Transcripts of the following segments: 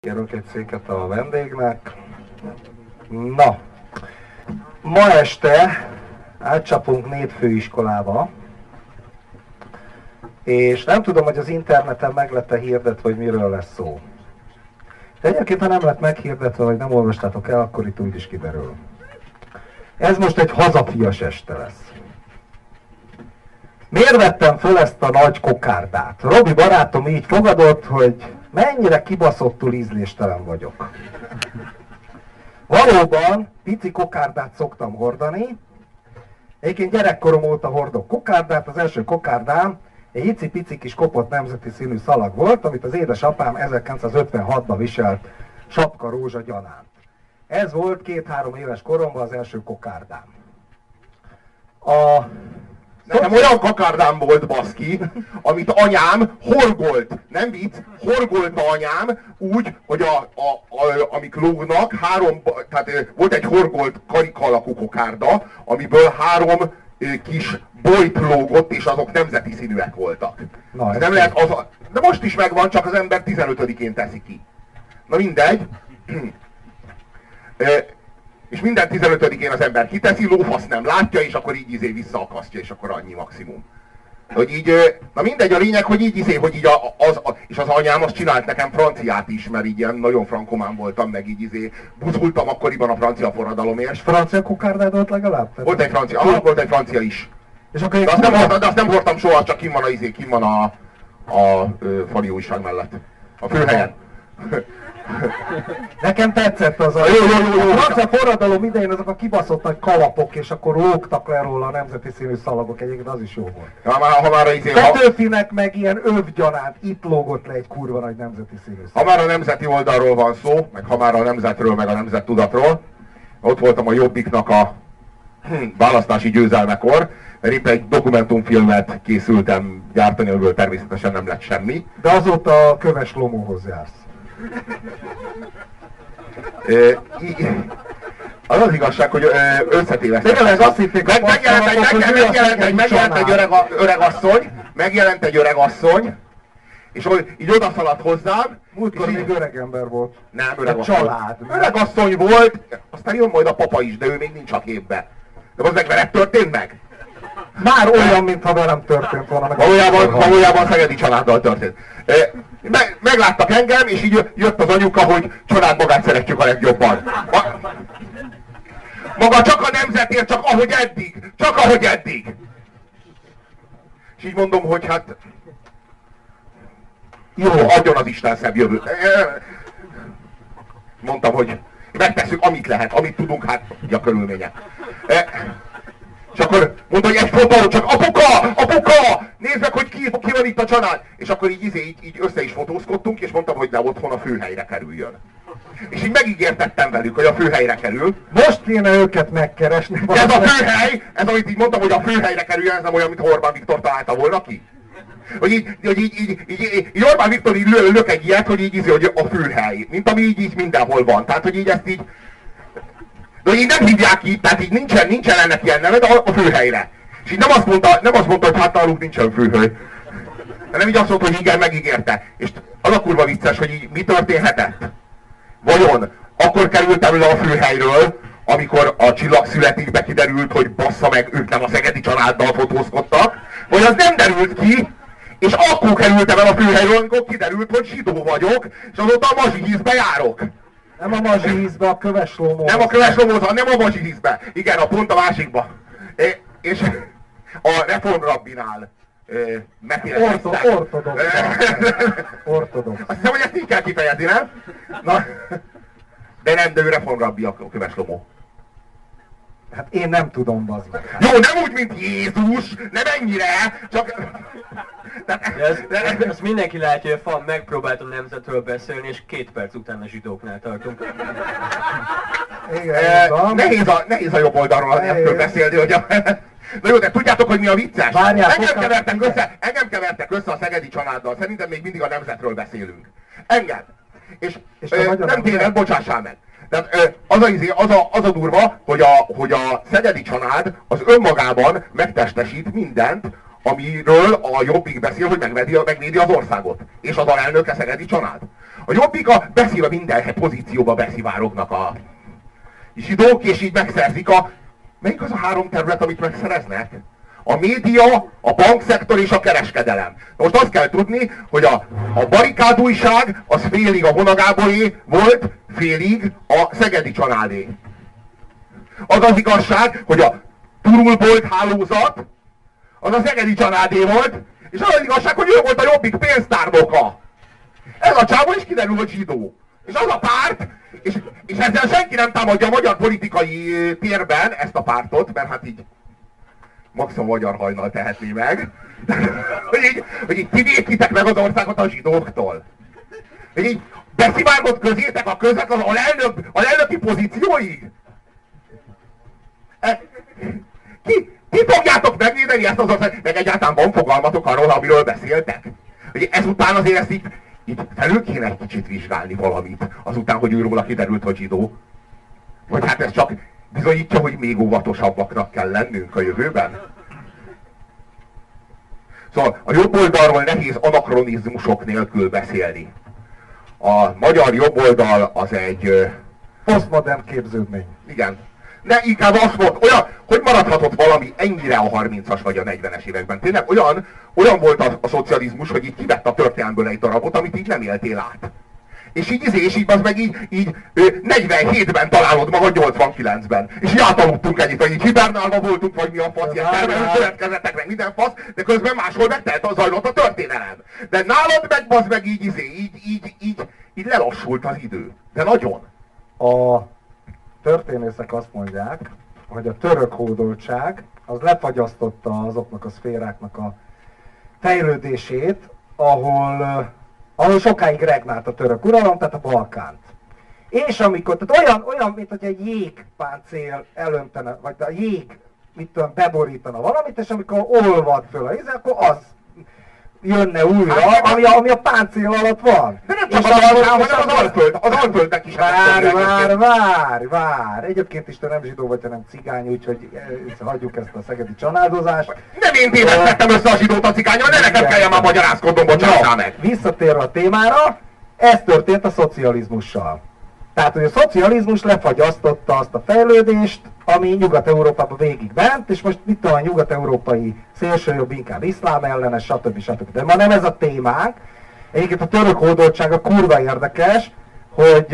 Kérünk egy széket a vendégnek. Na, ma este átcsapunk népfőiskolába, és nem tudom, hogy az interneten meg lett-e hirdetve, hogy miről lesz szó. De egyébként, ha nem lett meghirdetve, vagy nem olvastátok el, akkor itt úgy is kiderül. Ez most egy hazafias este lesz. Miért vettem föl ezt a nagy kokárdát? Robi barátom így fogadott, hogy mennyire kibaszottul ízléstelen vagyok. Valóban pici kokárdát szoktam hordani. Egyébként gyerekkorom óta hordok kokárdát. Az első kokárdám egy icipici kis kopott nemzeti színű szalag volt, amit az édesapám 1956-ban viselt sapka rózsa gyanánt. Ez volt 2-3 éves koromban az első kokárdám. Nekem olyan kokárdám volt, baszki, amit anyám horgolt, nem vicc, horgolta anyám úgy, hogy amik lógnak, tehát volt egy horgolt karika alakú kokárda, amiből 3 kis bolyt lógott, és azok nemzeti színűek voltak. Na, nem lehet de most is megvan, csak az ember 15-én teszi ki. Na mindegy. És minden 15-én az ember kiteszi, lófasz nem látja, és akkor így visszaakasztja, és akkor annyi maximum. Hogy így, na mindegy, a lényeg, hogy így hogy így és az anyám azt csinált nekem franciát is, mert így ilyen nagyon frankomán voltam, meg így buzultam akkoriban a francia forradalomért. És francia kokárdád volt legalább? Volt egy francia is. És akkor de azt nem hordtam soha, csak kim van a fali újság mellett. A főhelyen. Nekem tetszett az a francia forradalom idején azok a kibaszott nagy kalapok, és akkor lógtak le róla a nemzeti színű szalagok, egyébként az is jó volt. Petőfinek meg ilyen övgyaránt, itt lógott le egy kurva nagy nemzeti színű szalag. Ha már a nemzeti oldalról van szó, meg ha már a nemzetről, meg a nemzettudatról, ott voltam a Jobbiknak a választási győzelmekor, mert éppen egy dokumentumfilmet készültem gyártani, amiből természetesen nem lett semmi. De azóta a Köves Lomóhoz jársz. Az az igazság, hogy összetévesztettem. Megjelent egy öreg asszony, és így odaszaladt hozzám. Múltkor még öreg ember volt. Nem, öreg asszony volt, aztán jön majd a papa is, de ő még nincs a képbe. De az meg veled történt meg? Már olyan, mintha velem történt volna. Valójában Szegedi családdal történt. Megláttak engem, és így jött az anyuka, hogy családmagát szeretjük a legjobban. Maga csak a nemzetért, csak ahogy eddig. És így mondom, hogy hát jó, adjon az Isten szebb jövőt. Mondtam, hogy megtesszük, amit lehet, amit tudunk, hát a körülmények. És akkor mondta, hogy egy fotó, csak apuka, nézd meg, hogy ki van itt a család. És akkor így össze is fotózkodtunk, és mondtam, hogy de otthon a főhelyre kerüljön. És így megígértettem velük, hogy a főhelyre kerül. Most kéne őket megkeresni. De ez a főhely, ez amit így mondtam, hogy a főhelyre kerüljön, ez nem olyan, mint Orbán Viktor találta volna ki. Hogy így Orbán Viktor így lök egy ilyet, hogy hogy a főhely. Mint ami így mindenhol van. Tehát, hogy így ezt így... De így nem hívják így, tehát így nincsen ennek ilyen neve, de a főhelyre. És így nem azt mondta, hogy hát náluk nincsen főhely. Hanem így azt mondta, hogy igen, megígérte. És az a kurva vicces, hogy így mi történhetett? Vajon akkor kerültem le a főhelyről, amikor a Csillag születikbe kiderült, hogy bassza meg, ők nem a szegedi családdal fotózkodtak, vagy az nem derült ki, és akkor kerültem el a főhelyről, amikor kiderült, hogy zsidó vagyok, és azóta a mazsihízbe járok. Nem a mazsihízbe, a Köves Lomóhoz. Nem a Köves Lomóhoz, hanem a mazsihízbe. Igen, pont a másikba. És a reformrabbinál megkérdeztek. Ortodox. Azt hiszem, hogy ezt így kell kifejezni, nem? Na, de ő reformrabbi a Köves Lomó. Hát én nem tudom, bazd meg. Jó, nem úgy, mint Jézus, nem ennyire, csak... Ez mindenki látja, hogy a fan megpróbált a nemzetről beszélni, és 2 perc után a zsidóknál tartunk. Igen, nehéz a jobb oldalról a nemzetről beszélni, hogy a... Na jó, de tudjátok, hogy mi a vicces? Engem kevertek össze a szegedi családdal, szerintem még mindig a nemzetről beszélünk. Engem. És nem tényleg, bocsássál meg. Tehát az a durva, hogy a szegedi család az önmagában megtestesít mindent, amiről a Jobbik beszél, hogy megvédi az országot. És az alelnöke szegedi család. A A Jobbik beszél a minden pozícióba beszivárognak a zsidók, és így megszerzik melyik az a 3 terület, amit megszereznek? A média, a bankszektor és a kereskedelem. Most azt kell tudni, hogy a barikádújság az félig a Vonagáboré volt, félig a Szegedi Csanádé. Az az igazság, hogy a turulbolt hálózat az a Szegedi Csanádé volt, és az az igazság, hogy ő volt a Jobbik pénztárnoka. Ez a csávó is kiderül, hogy zsidó. És az a párt, és ezzel senki nem támadja a magyar politikai térben ezt a pártot, mert hát így maximum magyar hajnal tehetné meg, hogy így kivétitek meg az országot a zsidóktól. Hogy így beszivárgott közétek a közvetlen alelnöki pozícióig. Ti fogjátok megvédeni ezt az országot, meg egyáltalán van fogalmatok arról, amiről beszéltek? Hogy ezután azért ezt így felül kéne egy kicsit vizsgálni valamit, azután, hogy őróla kiderült, hogy zsidó. Vagy hát ez csak bizonyítja, hogy még óvatosabbaknak kell lennünk a jövőben. Szóval a jobb oldalról nehéz anakronizmusok nélkül beszélni. A magyar jobb oldal az egy... posztmodern képződmény. Igen. De inkább azt volt, olyan, hogy maradhatott valami ennyire a 30-as vagy a 40-es években. Tényleg olyan volt a szocializmus, hogy így kivett a történelmből egy darabot, amit így nem éltél át. És így az meg így 47-ben találod magad 89-ben. És így átaludtunk ennyit, hogy így hibernálva voltunk, vagy mi a fasz, ilyen termelő következetek, meg minden fasz, de közben máshol zajlott a történelem. De nálad meg az meg így lelassult az idő. De nagyon. A történészek azt mondják, hogy a török hódoltság az lefagyasztotta azoknak a szféráknak a fejlődését, ahol sokáig regnált a török uralom, tehát a Balkánt. És amikor, tehát olyan mint hogy egy jégpáncél elöntene, vagy a jég, beborítana valamit, és amikor olvad föl a íze, akkor az jönne újra, ami a páncél alatt van. De nem csak az Alföldnek is. Várj. Egyébként is te nem zsidó vagy, hanem cigány, úgyhogy hagyjuk ezt a szegedi családozást. Nem én tévesztettem össze a zsidót a cigányon, ne nekem kelljen már magyarázkodnom, bocsássál meg. Visszatérve a témára, ez történt a szocializmussal. Tehát, hogy a szocializmus lefagyasztotta azt a fejlődést, ami Nyugat-Európában végig ment, és most mit tudom, a nyugat-európai szélsőjobb inkább iszlám ellenes, stb. De ma nem ez a témánk. Egyébként a török hódoltság a kurva érdekes, hogy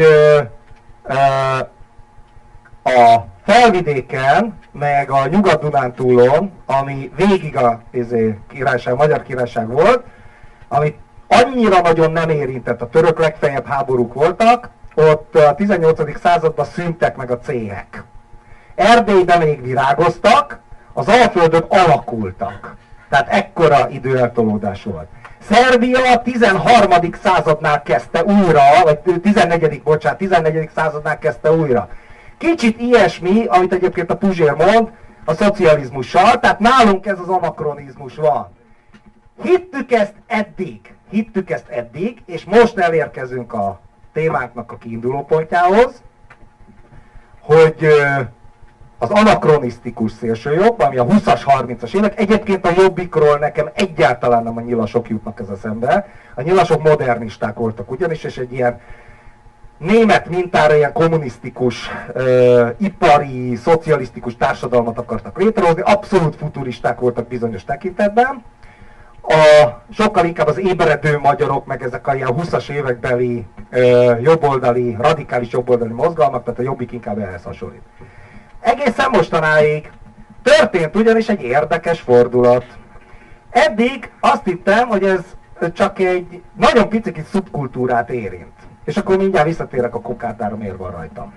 a felvidéken, meg a Nyugat-Dunántúlon, ami végig a magyar királyság volt, amit annyira nagyon nem érintett, a török legfeljebb háborúk voltak, ott a 18. században szűntek meg a céhek. Erdélyben még virágoztak, az Alföldön alakultak. Tehát ekkora időeltolódás volt. Szerbia a 13. századnál kezdte újra, vagy 14. századnál kezdte újra. Kicsit ilyesmi, amit egyébként a Puzsér mond, a szocializmussal, tehát nálunk ez az anakronizmus van. Hittük ezt eddig, és most elérkezünk a témánknak a kiindulópontjához, hogy az anakronisztikus szélsőjobb, ami a 20-as, 30-as évek, egyébként a Jobbikról nekem egyáltalán nem a nyilasok jutnak ez eszembe. A nyilasok modernisták voltak ugyanis, és egy ilyen német mintára ilyen kommunisztikus, ipari, szocialisztikus társadalmat akartak létrehozni, abszolút futuristák voltak bizonyos tekintetben. Sokkal inkább az ébredő magyarok, meg ezek a ilyen 20-as évekbeli jobboldali, radikális jobboldali mozgalmak, tehát a Jobbik inkább ehhez hasonlít. Egészen mostanáig történt ugyanis egy érdekes fordulat. Eddig azt hittem, hogy ez csak egy nagyon picit szubkultúrát érint. És akkor mindjárt visszatérek a kokárdára, miért van rajtam.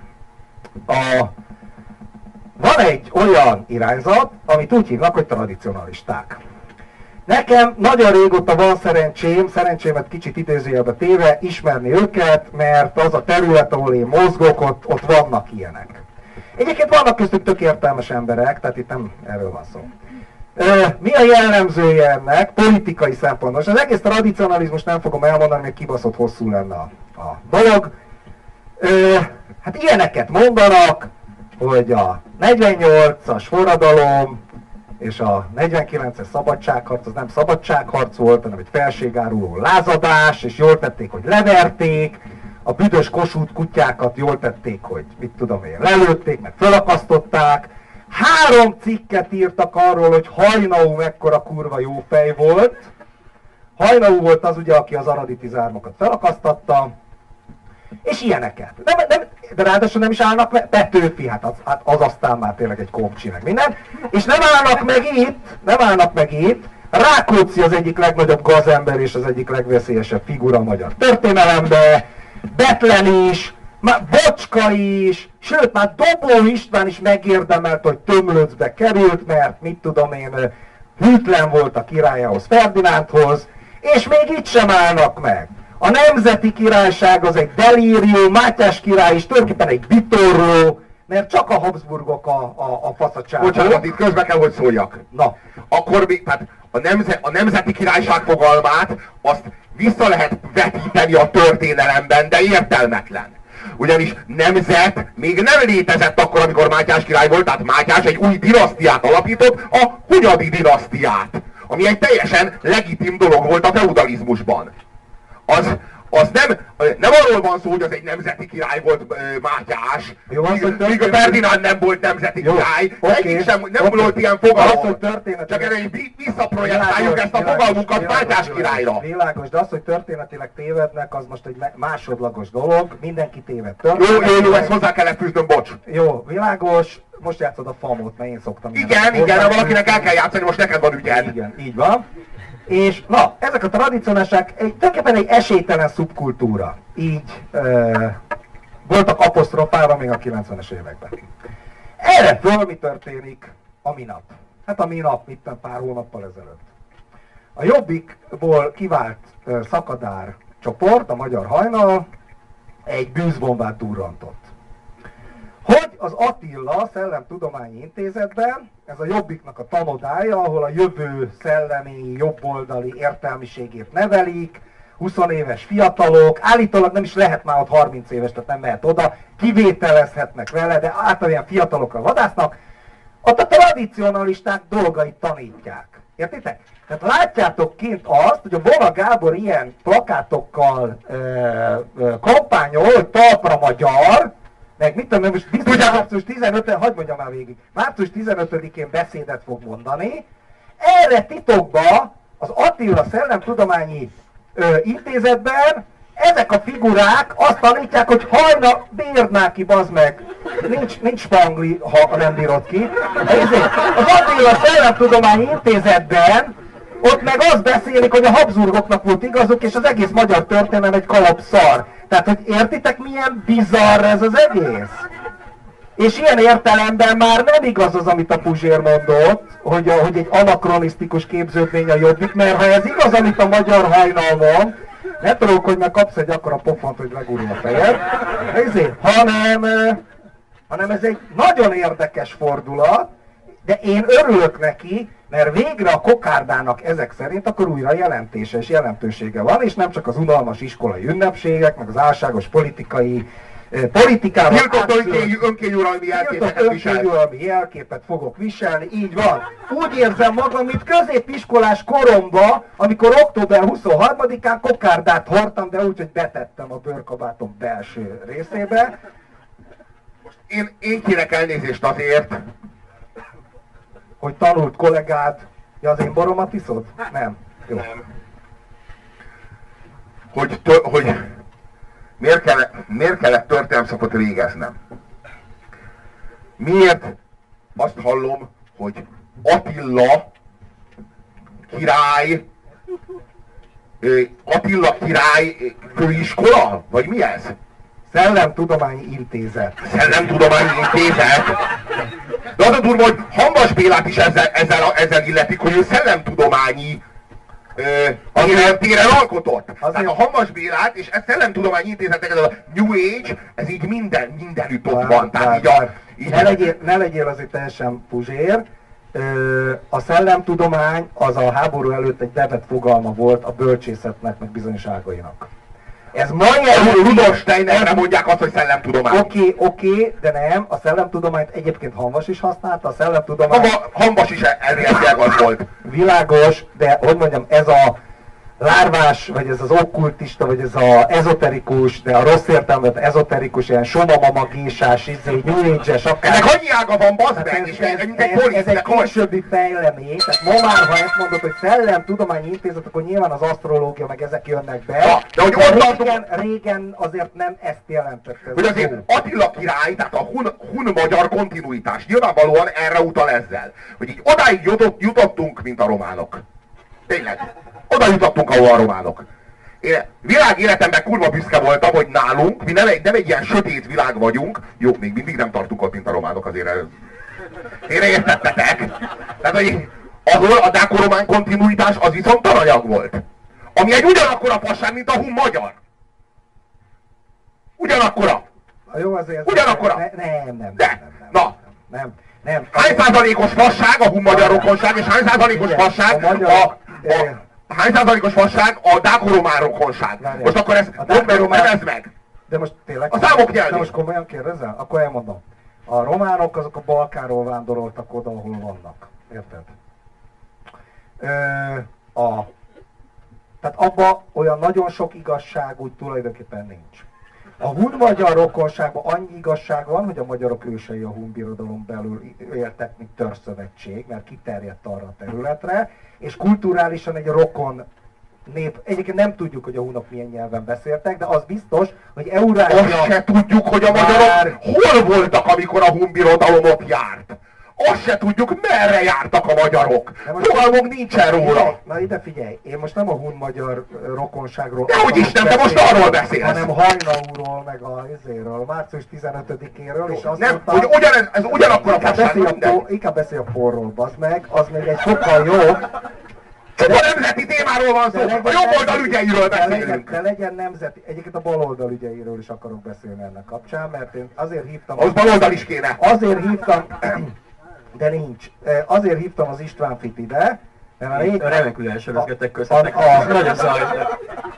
Van egy olyan irányzat, amit úgy hívnak, hogy tradicionalisták. Nekem nagyon régóta van szerencsémet kicsit idézőjelbe téve ismerni őket, mert az a terület, ahol én mozgok, ott vannak ilyenek. Egyébként vannak köztük tök értelmes emberek, tehát itt nem erről van szó. Mi a jellemzője ennek politikai szempontból? Az egész tradicionalizmus nem fogom elmondani, mert kibaszott hosszú lenne a dolog. Hát ilyeneket mondanak, hogy a 48-as forradalom és a 49-es szabadságharc az nem szabadságharc volt, hanem egy felségáruló lázadás, és jól tették, hogy leverték, a büdös Kossuth kutyákat jól tették, hogy mit tudom én, lelőtték, meg felakasztották. 3 cikket írtak arról, hogy Hajnau mekkora kurva jó fej volt. Hajnau volt az ugye, aki az aradi tizármokat felakasztatta. És ilyeneket. De ráadásul nem is állnak meg, Petőfi, hát az aztán már tényleg egy kompcsi meg minden. És nem állnak meg itt, Rákóczi az egyik legnagyobb gazember és az egyik legveszélyesebb figura a magyar történelemben, Bethlen is, Bocska is, sőt már Dobó István is megérdemelt, hogy Tömlöcbe került, mert mit tudom én, hűtlen volt a királyához, Ferdinándhoz, és még itt sem állnak meg. A nemzeti királyság az egy delírium, Mátyás király is tulajdonképpen egy vitorló, mert csak a Habsburgok a faszacsából. Bocsánat, itt közbe kell, hogy szóljak. Na. Akkor még, tehát a nemzeti királyság fogalmát azt vissza lehet vetíteni a történelemben, de értelmetlen. Ugyanis nemzet még nem létezett akkor, amikor Mátyás király volt, tehát Mátyás egy új dinasztiát alapított, a Hunyadi dinasztiát, ami egy teljesen legitim dolog volt a feudalizmusban. Az nem arról van szó, hogy az egy nemzeti király volt Mátyás, jó, míg a Ferdinánd nem volt nemzeti király, egyik sem nem volt ilyen fogalom, csak erre visszaprojektáljuk ezt a fogalmunkat Mátyás királyra. Világos, de az, hogy történetileg tévednek, az most egy másodlagos dolog, mindenki téved. Jó, ezt hozzá kellett fűznöm, bocs. Jó, világos, most játszod a famot, mert én szoktam. Igen, valakinek el kell játszani, most neked van ügyed. Igen, így van. És na, ezek a tradicionálisák tulajdonképpen egy esélytelen szubkultúra. Így voltak apostrofálva még a 90-es években. Erre föl mi történik a minap? Hát a minap, itt pár hónappal ezelőtt. A Jobbikból kivált szakadár csoport, a Magyar Hajnal, egy bűzbombát durrantott. Hogy az Attila Szellemtudományi Intézetben, ez a Jobbiknak a tanodája, ahol a jövő szellemi, jobboldali értelmiségét nevelik, 20 éves fiatalok, állítólag nem is lehet már ott 30 éves, tehát nem mehet oda, kivételezhetnek vele, de általában ilyen fiatalokra vadásznak, ott a tradicionalisták dolgait tanítják. Értitek? Tehát látjátok kint azt, hogy a Bona Gábor ilyen plakátokkal kampányol, hogy talpra magyar, meg mit tudom, most március 15-en, hagyd mondjam már végig, március 15-én beszédet fog mondani, erre titokba az Attila Szellemtudományi Intézetben ezek a figurák azt tanítják, hogy hajna bírná ki, bazd meg, nincs spangli, ha nem bírod ki. Az Attila Szellemtudományi Intézetben ott meg azt beszélik, hogy a Habsburgoknak volt igazuk, és az egész magyar történelem egy kalapszar. Tehát, hogy értitek, milyen bizarr ez az egész? És ilyen értelemben már nem igaz az, amit a Puzsér mondott, hogy egy anakronisztikus képződmény a Jobbik, mert ha ez igaz, amit a Magyar Hajnal mond, ne tudok, hogy meg kapsz egy akkora pofont, hogy megúrul a fejed, hanem ez egy nagyon érdekes fordulat, de én örülök neki, mert végre a kokárdának ezek szerint akkor újra jelentése és jelentősége van, és nem csak az unalmas iskolai ünnepségek, meg az álságos politikával önkényuralmi jelképet fogok viselni, így van. Úgy érzem magam, mint középiskolás koromba, amikor október 23-án kokárdát hordtam, de úgy, hogy betettem a bőrkabátom belső részébe. Én kérek elnézést azért, hogy tanult kollégád, ja, az én boromat iszod? Nem. Jó. Nem. Hogy miért kellett történelemszakot végeznem? Miért azt hallom, hogy Attila király főiskola? Vagy mi ez? Szellemtudományi Intézet. Szellemtudományi Intézet? De az a durva, hogy Hamvas Bélát is ezzel illetik, hogy ő szellemtudományi téren alkotott. Tehát a Hamvas Bélát és ez Szellemtudományi Intézetnek, ez a New Age, ez így mindenütt ott van. Ne legyél azért teljesen Puzsér. A szellemtudomány az a háború előtt egy bevett fogalma volt a bölcsészetnek, meg bizonyos ágainak. Ez ma Rudolf Steinerre mondják azt, hogy szellemtudomány. Oké, de nem. A szellemtudományt egyébként Hamvas is használta, a szellemtudomány... Hamvas is elvileg az volt. Világos, de hogy mondjam, ez lárvás, vagy ez az okkultista, vagy ez az ezoterikus, de a rossz értelmet ezoterikus, ilyen somamama gésás, New Age-es, akár... Ennek annyi ága van, bazd meg, és ez egy későbbi fejlemény, tehát ma már, ha ezt mondod, hogy szellemtudományi intézet, akkor nyilván az asztrológia, meg ezek jönnek be. Ja, de hogy régen azért nem ezt jelentette. Hogy azért Attila király, tehát a hun-magyar kontinuitás nyilvánvalóan erre utal ezzel. Hogy így odáig jutottunk, mint a románok. Tényleg. Oda jutottunk, ahol a románok. Én világéletemben kurva büszke voltam, hogy nálunk, mi nem egy ilyen sötét világ vagyunk. Jó, még mindig nem tartunk ott, mint a románok, azért félreértettetek. Tehát, hogy ahol a dáko-román kontinuitás az viszont tananyag volt. Ami egy ugyanakkora fasság, mint a hun-magyar. Ugyanakkora. Jó, azért... Ugyanakkora. Nem. Hány százalékos fasság a hun-magyar rokonság, és hány százalékos fasság hány százalékos fasság a dáko-román rokonság? Most akkor ezt nevezd meg! De most tényleg... A számok nyelvén! De most komolyan kérdezel? Akkor elmondom. A románok azok a Balkánról vándoroltak oda, ahol vannak. Érted? Tehát abban olyan nagyon sok igazság úgy tulajdonképpen nincs. A hun-magyar rokonságban annyi igazság van, hogy a magyarok ősei a hun birodalom belül éltek, mint törzszövetség, mert kiterjedt arra a területre, és kulturálisan egy rokon nép. Egyébként nem tudjuk, hogy a hunok milyen nyelven beszéltek, de az biztos, hogy Eurázsia... Azt se tudjuk, hogy a magyarok hol voltak, amikor a hun birodalom ott járt. Azt se tudjuk, merre jártak a magyarok. Fogalmunk nincsen róla. Na ide figyelj, én most nem a hun-magyar rokonságról... Dehogy is nem, de most arról beszélsz. Hanem Hajnaúról, meg a izéről, március 15-éről, és azt nem, mondta... hogy ez ugyanakkor a fasság, inkább beszélj a porról, bazd meg, az még egy sokkal jobb. Csak a nemzeti témáról van szó, a jobb oldal ügyeiről beszélünk. De legyen nemzeti, egyébként a bal oldal ügyeiről is akarok beszélni ennek kapcsán, mert én azért hívtam... Az bal oldal is kéne. Azért hívtam... De nincs. Azért hívtam az István Fit ide, mert remekül elsörözgetek köztetek. Nagyon zajlott.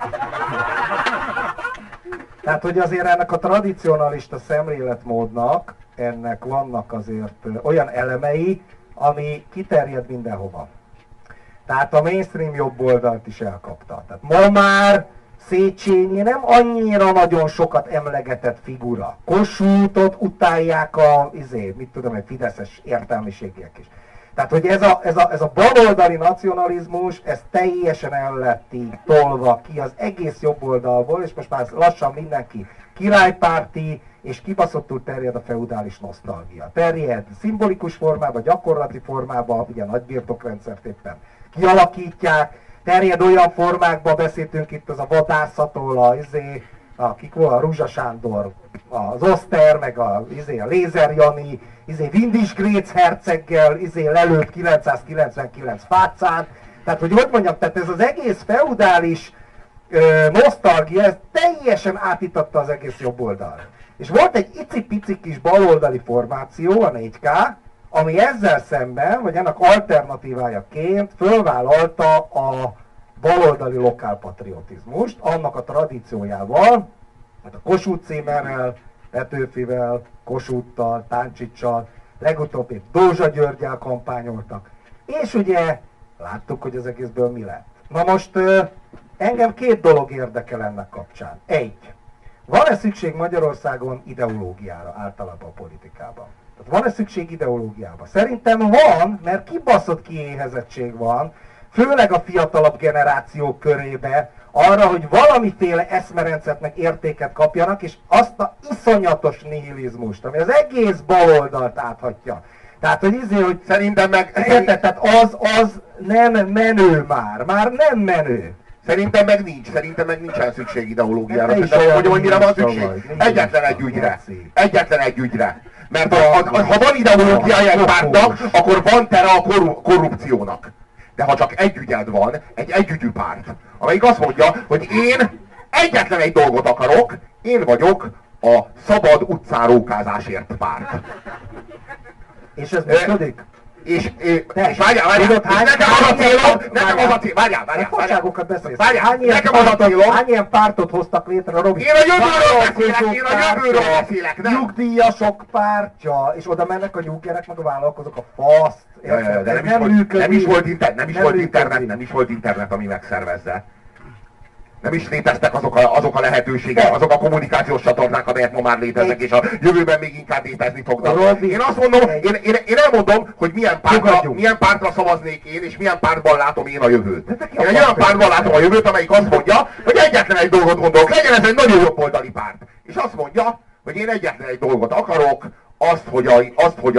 Tehát, hogy azért ennek a tradicionalista szemléletmódnak, ennek vannak azért olyan elemei, ami kiterjed mindenhova. Tehát a mainstream jobb oldalt is elkapta. Tehát ma már Széchenyi nem annyira nagyon sokat emlegetett figura. Kossuthot utálják egy fideszes értelmiségiek is. Tehát, hogy ez a baloldali nacionalizmus, ez teljesen el lett így tolva ki az egész jobb oldalból, és most már lassan mindenki királypárti, és kibaszottul terjed a feudális nosztalgia. Terjed szimbolikus formában, gyakorlati formában, ugye nagy birtokrendszert éppen kialakítják, terjed olyan formákban, beszéltünk itt az a vadászatól, a Ruzsa Sándor, az Oszter, meg a Lézer Jani, Windis Grécz herceggel, lelőtt 999 fácán. Tehát, hogy mondjam, tehát ez az egész feudális nosztalgia, ez teljesen átitatta az egész jobb oldalt. És volt egy icipici kis baloldali formáció, a 4K, ami ezzel szemben, vagy ennek alternatívájaként fölvállalta a baloldali lokálpatriotizmust, annak a tradíciójával, hát a Kossuth Címerrel, Petőfivel, Kossuthtal, Táncsicsal, legutóbb itt Dózsa Györgyel kampányoltak. És ugye láttuk, hogy az egészből mi lett. Na most engem két dolog érdekel ennek kapcsán. Egy, van-e szükség Magyarországon ideológiára általában a politikában? Tehát van-e szükség ideológiára? Szerintem van, mert kibaszott kiéhezettség van, főleg a fiatalabb generációk körébe, arra, hogy valamiféle eszmerendszert meg értéket kapjanak, és azt a iszonyatos nihilizmust, ami az egész baloldalt áthatja. Tehát, hogy szerintem meg... Érted? Tehát az nem menő már nem menő. Szerintem meg nincsen szükség ideológiára. Hogy mire van szükség? Egyetlen egy ügyre. Mert ha van ideológiája egy pártnak, akkor van tere a korrupciónak. De ha csak egy ügyed van, egy együgyű párt, amelyik azt mondja, hogy én egyetlen egy dolgot akarok, én vagyok a szabad utcárókázásért párt. És ez működik? És várjál, nekem az a célom, várjál, nekem az a célom. Hány ilyen pártot hoztak létre, Robi? Én a jövőről beszélek, nem? Nyugdíjasok pártja, és oda mennek a nyuggerek, meg a vállalkozók a faszt. De nem is volt internet, ami megszervezze. Nem is léteztek azok a lehetőségek, azok a kommunikációs csatornák, amelyek ma már léteznek, és a jövőben még inkább létezni fognak. Én azt mondom, én elmondom, hogy milyen pártra szavaznék én, és milyen pártban látom én a jövőt. Én egy olyan pártban látom a jövőt, amelyik azt mondja, hogy egyetlen egy dolgot gondolok, legyen ez egy nagyon jobboldali párt. És azt mondja, hogy én egyetlen egy dolgot akarok, azt, hogy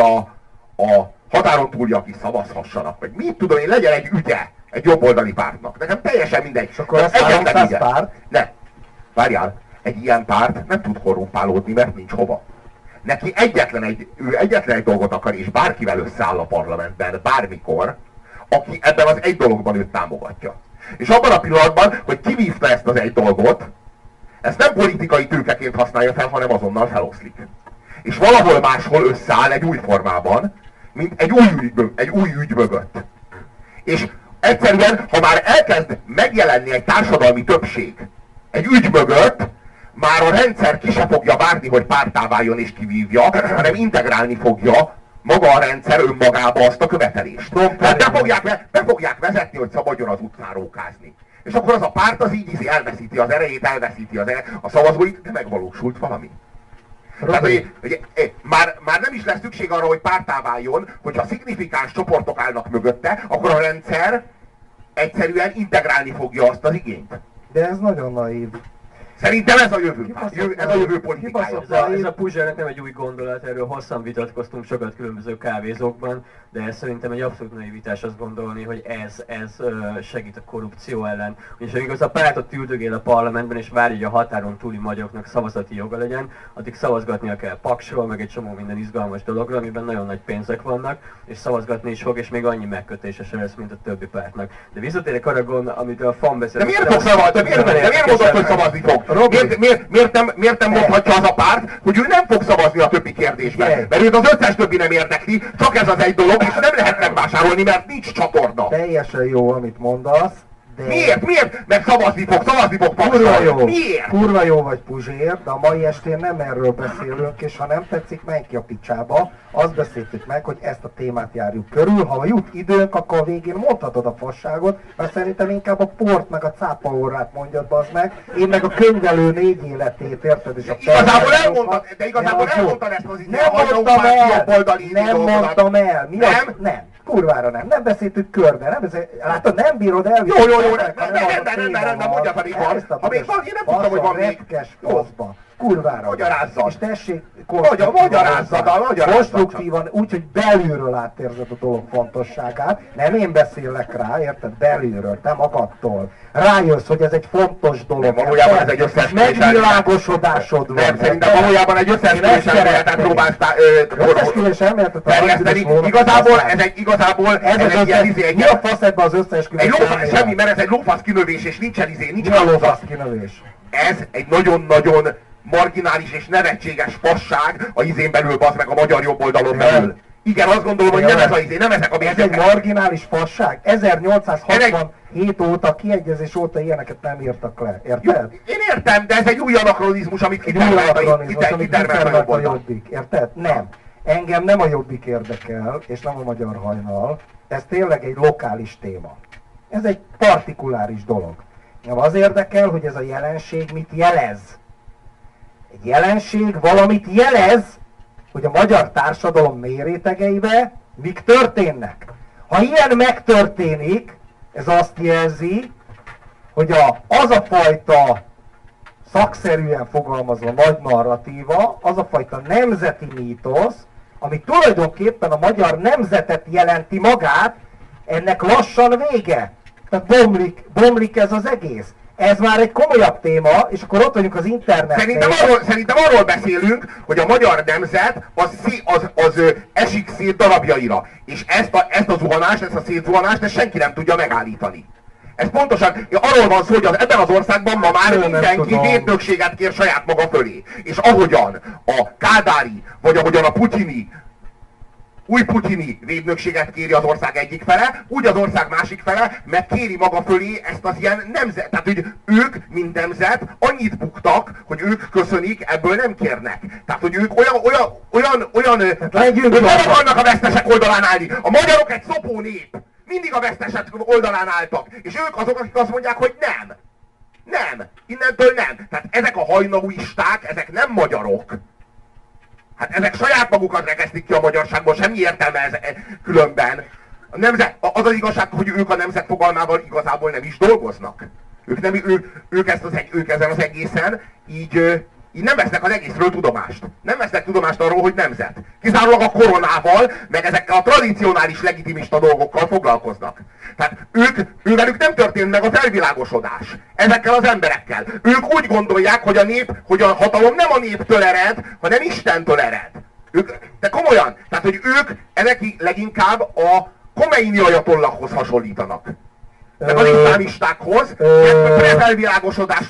a határon túliak is szavazhassanak, vagy mit tudom én, legyen egy ügye egy jobboldali pártnak. Nekem teljesen mindegy. És akkor az 300 párt? Ne. Várjál, egy ilyen párt nem tud korrumpálódni, mert nincs hova. Neki ő egyetlen egy dolgot akar, és bárkivel összeáll a parlamentben, bármikor, aki ebben az egy dologban őt támogatja. És abban a pillanatban, hogy kivívta ezt az egy dolgot, ezt nem politikai tőkeként használja fel, hanem azonnal feloszlik. És valahol máshol összeáll egy új formában, mint egy új ügy mögött. És egyszerűen, ha már elkezd megjelenni egy társadalmi többség egy ügy mögött, már a rendszer ki se fogja várni, hogy párttá váljon és kivívja, hanem integrálni fogja maga a rendszer önmagába azt a követelést. Tehát be fogják vezetni, hogy szabadjon az utcán rókázni. És akkor az a párt az így elveszíti az erejét, elveszíti a szavazóit, de megvalósult valami. Tehát, hogy már nem is lesz szükség arra, hogy párttá váljon, hogyha szignifikáns csoportok állnak mögötte, akkor a rendszer egyszerűen integrálni fogja azt az igényt. De ez nagyon naív. Szerintem ez a jövő. Ez a jövő politikája. Ez a Puzsérnek nem egy új gondolat, erről hosszan vitatkoztunk sokat különböző kávézókban, de ez szerintem egy abszolút naivitás azt gondolni, hogy ez segít a korrupció ellen. Ugyanis amíg az a pártot üldögél a parlamentben és várja, hogy a határon túli magyaroknak szavazati joga legyen, addig szavazgatnia kell Paksról, meg egy csomó minden izgalmas dologról, amiben nagyon nagy pénzek vannak, és szavazgatni is fog, és még annyi megkötése sem lesz, mint a többi pártnak. De visszatérek arra, amit a FAM beszél. De miért fog szavazni? Miért mondod, hogy szavazni fog? Miért nem mondhatja az a párt, hogy ő nem fog szavazni a többi kérdésben? Mert őt az összes többi nem érdekli, csak ez az egy dolog, és nem lehet megvásárolni, mert nincs csatorna. Teljesen jó, amit mondasz, de... Miért? Mert szavazni fog Kurva jó. Miért? Kurva jó vagy, Puzsér, de a mai estén nem erről beszélünk, és ha nem tetszik, menj ki a picsába. Azt beszéltük meg, hogy ezt a témát járjuk körül. Ha jut időnk, akkor a végén mondhatod a fasságot, mert szerintem inkább a port meg a cápaórát mondjad, bazd meg. Én meg a könyvelő 4 életét, érted? És a igazából elmondtad ezt az nem mondtam el. Mi az? Nem. Kurvára nem. Nem beszéltük körbe. Látod, nem bírod el. Jó, rendben, mondja pedig van. Ha még van, én nem tudtam, hogy van még. Kurvára. Magyarázzad. És tessék, magyarázzad. Konstruktívan, úgyhogy belülről átérzed a dolog fontosságát. Nem én beszélek rá, érted? Belülről, te magadtól. Rájössz, hogy ez egy fontos dolog. Nem, valójában ez egy összeesküvés. Megvilágosodásod van. Nem, szerintem valójában egy összeesküvés elméletet próbálsz terjeszteni. Igazából ez egy ilyen izé. Mi a fasz ebben az összeesküvés elmélet? Semmi, mert ez egy lófasz kinövés, és nincsen izé, nincs mi a lófasz kinövés? Ez egy nagyon-nagyon marginális és nevetséges fasság a izén belül, bazd meg a magyar jobboldalon belül. Igen, azt gondolom, hogy nem ez a izé, nem ezek a bérgyek. Ez egy marginális fasság? 1867 óta, kiegyezés óta ilyeneket nem írtak le, érted? Én értem, de ez egy új anakronizmus, amit kitermelt a Jobbik, érted? Nem. Engem nem a Jobbik érdekel, és nem a Magyar Hajnal. Ez tényleg egy lokális téma. Ez egy partikuláris dolog. Nem az érdekel, hogy ez a jelenség mit jelez. Egy jelenség valamit jelez, hogy a magyar társadalom mély rétegeibe mik történnek. Ha ilyen megtörténik, ez azt jelzi, hogy az a fajta szakszerűen fogalmazva nagy narratíva, az a fajta nemzeti mítosz, ami tulajdonképpen a magyar nemzetet jelenti magát, ennek lassan vége. Tehát bomlik ez az egész. Ez már egy komolyabb téma, és akkor ott vagyunk az interneten. Szerintem arról beszélünk, hogy a magyar nemzet az esik szét darabjaira. És ezt a zuhanást, ezt a szétzuhanást, ezt senki nem tudja megállítani. Ez pontosan, arról van szó, hogy ebben az országban ma már mindenki védnökséget kér saját maga fölé. És ahogyan a kádári, vagy ahogyan a putyini, új putyini védnökséget kéri az ország egyik fele, úgy az ország másik fele megkéri maga fölé ezt az ilyen nemzet. Tehát, hogy ők, mint nemzet, annyit buktak, hogy ők köszönik, ebből nem kérnek. Tehát, hogy ők hogy nem akarnak a vesztesek oldalán állni. A magyarok egy szopó nép. Mindig a vesztesek oldalán álltak. És ők azok, akik azt mondják, hogy nem. Nem, innentől nem. Tehát ezek a hajnauisták, ezek nem magyarok. Hát ezek saját magukat rekesztik ki a magyarságból, semmi értelme ez különben. Az az igazság, hogy ők a nemzet fogalmával igazából nem is dolgoznak. Ők ezen az egészen így nem vesznek az egészről tudomást. Nem vesznek tudomást arról, hogy nemzet. Kizárólag a koronával, meg ezekkel a tradicionális legitimista dolgokkal foglalkoznak. Tehát ővelük nem történt meg a felvilágosodás. Ezekkel az emberekkel. Ők úgy gondolják, hogy a hatalom nem a néptől ered, hanem Istentől ered. De komolyan, tehát hogy ezek leginkább a Khomeini ajatollahhoz hasonlítanak. Meg az iszlámistákhoz, felvilágosodás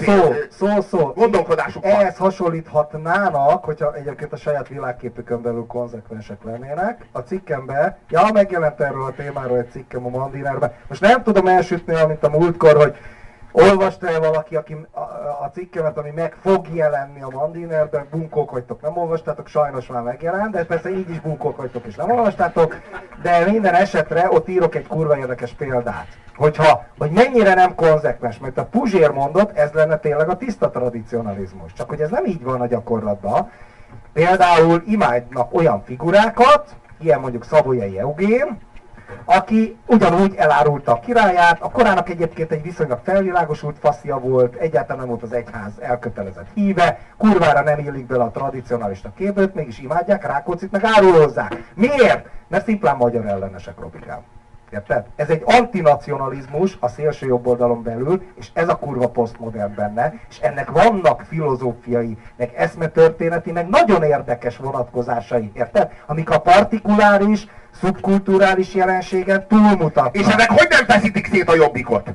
szó. gondolkodásuk van. Ehhez hasonlíthatnának, hogyha egyébként a saját világképükön belül konzekvensek lennének. A cikkemben, megjelent erről a témáról egy cikkem a Mandinerben. Most nem tudom elsütni, mint a múltkor, hogy olvasta-e valaki a cikkemet, ami meg fog jelenni a Mandinerben, bunkók vagytok, nem olvastátok, sajnos már megjelent, de persze így is bunkók vagytok és nem olvastátok, de minden esetre ott írok egy kurva érdekes példát. Hogy mennyire nem konzekvens, mert a Puzsér mondott, ez lenne tényleg a tiszta tradicionalizmus. Csak hogy ez nem így van a gyakorlatban. Például imádnak olyan figurákat, ilyen mondjuk Savoyai Eugén, aki ugyanúgy elárulta a királyát, a korának egyébként egy viszonylag felvilágosult faszia volt, egyáltalán nem volt az egyház elkötelezett híve, kurvára nem illik bele a tradicionalista képőt, mégis imádják, Rákóczit meg árulózzák. Miért? Mert szimplán magyar ellenesek, Robikám. Érted? Ez egy antinacionalizmus a szélső jobb oldalon belül, és ez a kurva posztmodern benne, és ennek vannak filozófiai, meg eszmetörténeti, meg nagyon érdekes vonatkozásai, érted? Amik a partikuláris, szubkulturális jelenségen túlmutatnak. És ezek hogy nem feszítik szét a jobbikot?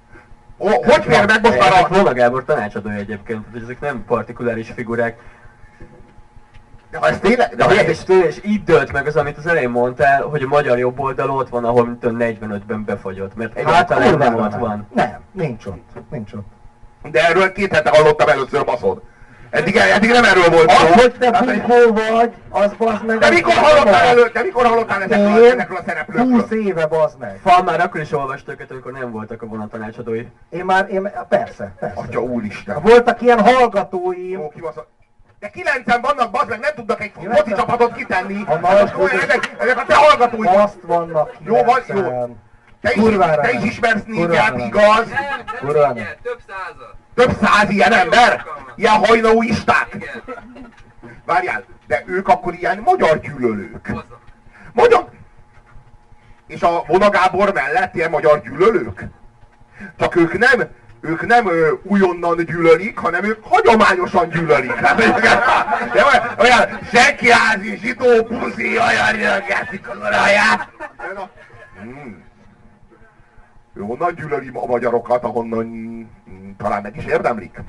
Hogy fér meg most már a... Volna Gábor tanácsadója egyébként, hogy ezek nem partikuláris figurák. De ez tényleg... És így dölt meg az, amit az elején mondtál, hogy a magyar jobb oldal ott van, ahol mint 45-ben befagyott, mert egyáltalán nem ott van. Nem, nincs ott. De erről 2 hete hallottam először, baszod. Eddig nem erről volt szó. Hogy te bunkó vagy, az bazd meg... De mikor hallottál ezekről a szereplőkről? 20 éve, bazd meg. Fal már akkor is olvasta őket, amikor nem voltak a vonatanácsadói. Persze. Atya úristen. Voltak ilyen hallgatóim. Ó, de 9-en vannak, bazd meg, nem tudnak egy foci csapatot kitenni. Ezek a te hallgatóid. Azt vannak 9-en. Jó, jó. Te is ismersz négyet, igaz? Nem, több százat. Több 100 ilyen ember? Ilyen hajnauisták? Várjál, de ők akkor ilyen magyar gyűlölők. Magyar... És a Vona Gábor mellett ilyen magyar gyűlölők? Csak ők nem újonnan gyűlölik, hanem ők hagyományosan gyűlölik. Hát, de olyan zsekiázi, zsidó puszi, olyan jöngeszik az oraját. Ő honnan gyűlöli a magyarokat, ahonnan talán meg is érdemlik.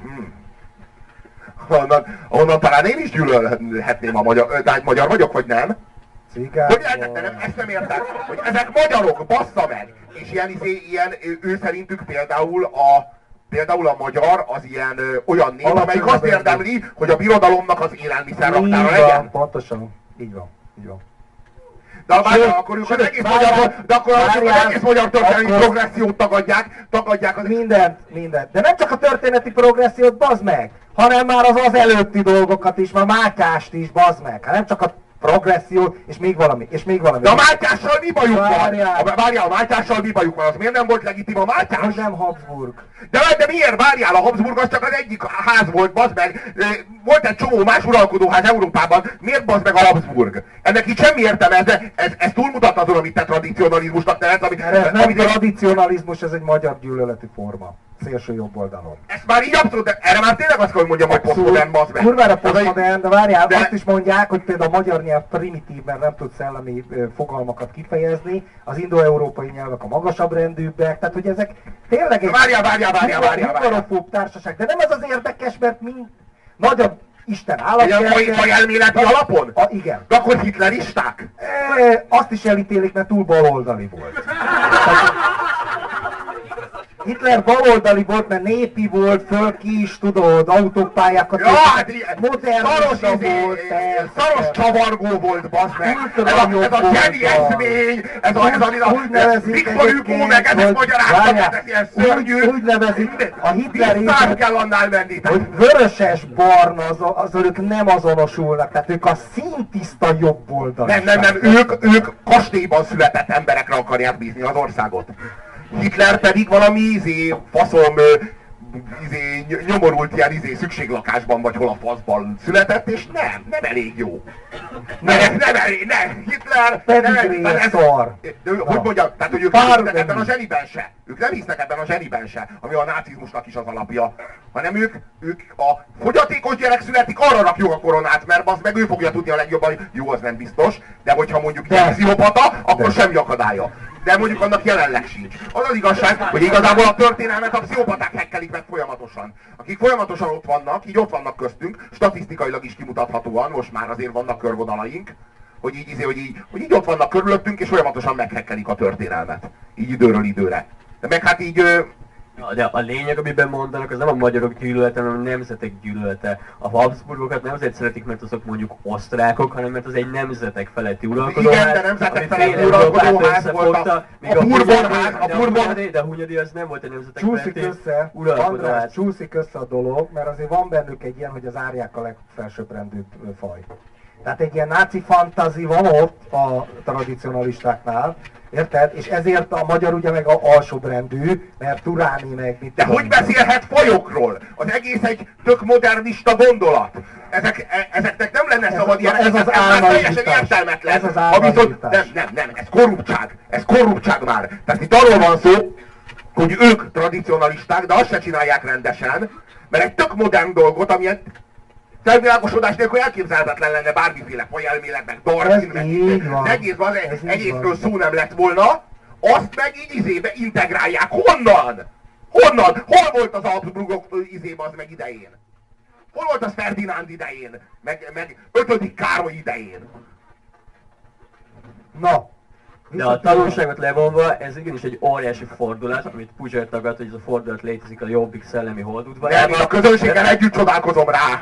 Ahonnan talán én is gyűlölhetném a magyar... De magyar vagyok, vagy nem? Hogy lehetetlen, ezt nem értem, hogy ezek magyarok, bassza meg! És ilyen ő szerintük például a magyar az ilyen olyan nép, amelyik azt érdemli, hogy a birodalomnak az élelmiszer raktára legyen. Pontosan, így van. De akkor ők az egész magyar történeti progressziót tagadják az... Mindent. De nem csak a történeti progressziót, bazd meg, hanem már az előtti dolgokat is, már Mátyást is, bazd meg. Nem csak a progresszió, és még valami. De a Mátyással mi bajuk van? Várjál, a Mátyással mi bajuk van? Az miért nem volt legitim a Mátyás? Hogy nem Habsburg. De miért? Várjál, a Habsburg az csak az egyik ház volt, bazd meg. Volt egy csomó más uralkodóház Európában. Miért bazd meg a Habsburg? Ennek itt semmi értelme, ez túlmutat azon, amit te tradicionalizmusnak nevetsz. Ez nem tradicionalizmus, ez egy magyar gyűlöleti forma. Szélső jobb oldalon. Ez már így abszolút, de erre már tényleg azt kell, hogy mondjam, hogy posztmodern, bazd meg. Kurvára posztmodern, de várjál, azt is mondják, hogy például a magyar nyelv primitív, mert nem tud szellemi fogalmakat kifejezni, az indoeurópai nyelvek a magasabb rendűbbek, tehát hogy ezek tényleg egy... Várjál. Társaság, de nem ez az érdekes, mert nagyobb Isten állatkertek... Fajelméleti alapon? Igen. De akkor hitleristák? Azt is elítélik, mert túl baloldali volt. Hitler baloldali volt, mert népi volt, föl ki is tudod, autópályákat. Ja, hát modernista volt, szaros csavargó volt, bazd meg. Ez a zseni eszmény, ez a Viktor Hugo meg ezt magyarázta, ez ilyen szörnyű. Úgy nevezik a Hitler Visszám kell annál menni. hogy vöröses, barna, az ők nem azonosulnak, tehát ők a színtiszta jobb oldalak. Nem, ők kastélyban született emberekre akarják bízni az országot. Hitler pedig valami faszom, nyomorult ilyen szükséglakásban vagy hol a faszban született, és nem elég jó. Nem elég, nem, Hitler... szar. Hogy mondjam, tehát hogy ők nem hisznek ebben a zseniben se. Ők nem hisznek ebben a zseniben se, ami a nácizmusnak is az alapja. Hanem ők a fogyatékos gyerek születik, arra rakjuk a koronát, mert az meg ő fogja tudni a legjobban, hogy jó, az nem biztos, de hogyha mondjuk pszichopata, akkor semmi akadálya. De mondjuk annak jelenleg sincs. Az az igazság, hogy igazából a történelmet a pszichopaták hekkelik meg folyamatosan. Akik folyamatosan ott vannak, így ott vannak köztünk, statisztikailag is kimutathatóan, most már azért vannak körvonalaink, hogy így ott vannak körülöttünk, és folyamatosan meghekkelik a történelmet. Így időről időre. De meg hát így... De a lényeg, amiben mondanak, az nem a magyarok gyűlölete, hanem a nemzetek gyűlölete. A Habsburgokat nem azért szeretik, mert azok mondjuk osztrákok, hanem mert az egy nemzetek feletti uralkodóház. Igen, de nemzetek feletti uralkodóház volt a Bourbonház, de a Hunyadi az nem volt egy nemzetek feletti uralkodóház. Csúszik össze a dolog, mert azért van bennük egy ilyen, hogy az árják a legfelsőbbrendűbb faj. Tehát egy ilyen náci fantazi van ott a tradicionalistáknál, érted? És ezért a magyar ugye meg a alsóbrendű, mert Turáni meg mit. De hogy beszélhet fajokról? Az egész egy tök modernista gondolat. Ezeknek nem lenne szabad ilyen, ez az teljesen értelmetlen. Ez az államítás. Nem, ez korruptság már. Tehát itt arról van szó, hogy ők tradicionalisták, de azt se csinálják rendesen, mert egy tök modern dolgot, amilyen felvilágosodás nélkül elképzelhetetlen lenne bármiféle fajelmélet, meg Darwin, meg egészről szó nem lett volna, azt meg így izébe integrálják. Honnan? Hol volt az Habsburgok izébe az meg idején? Hol volt az Ferdinánd idején? Meg 5. Károly idején? Na. De a tanulságot levonva, ez igenis egy óriási fordulat, amit Puzsér tagad, hogy ez a fordulat létezik a Jobbik szellemi holdudvarjában. Nem, a közönséggel együtt csodálkozom rá!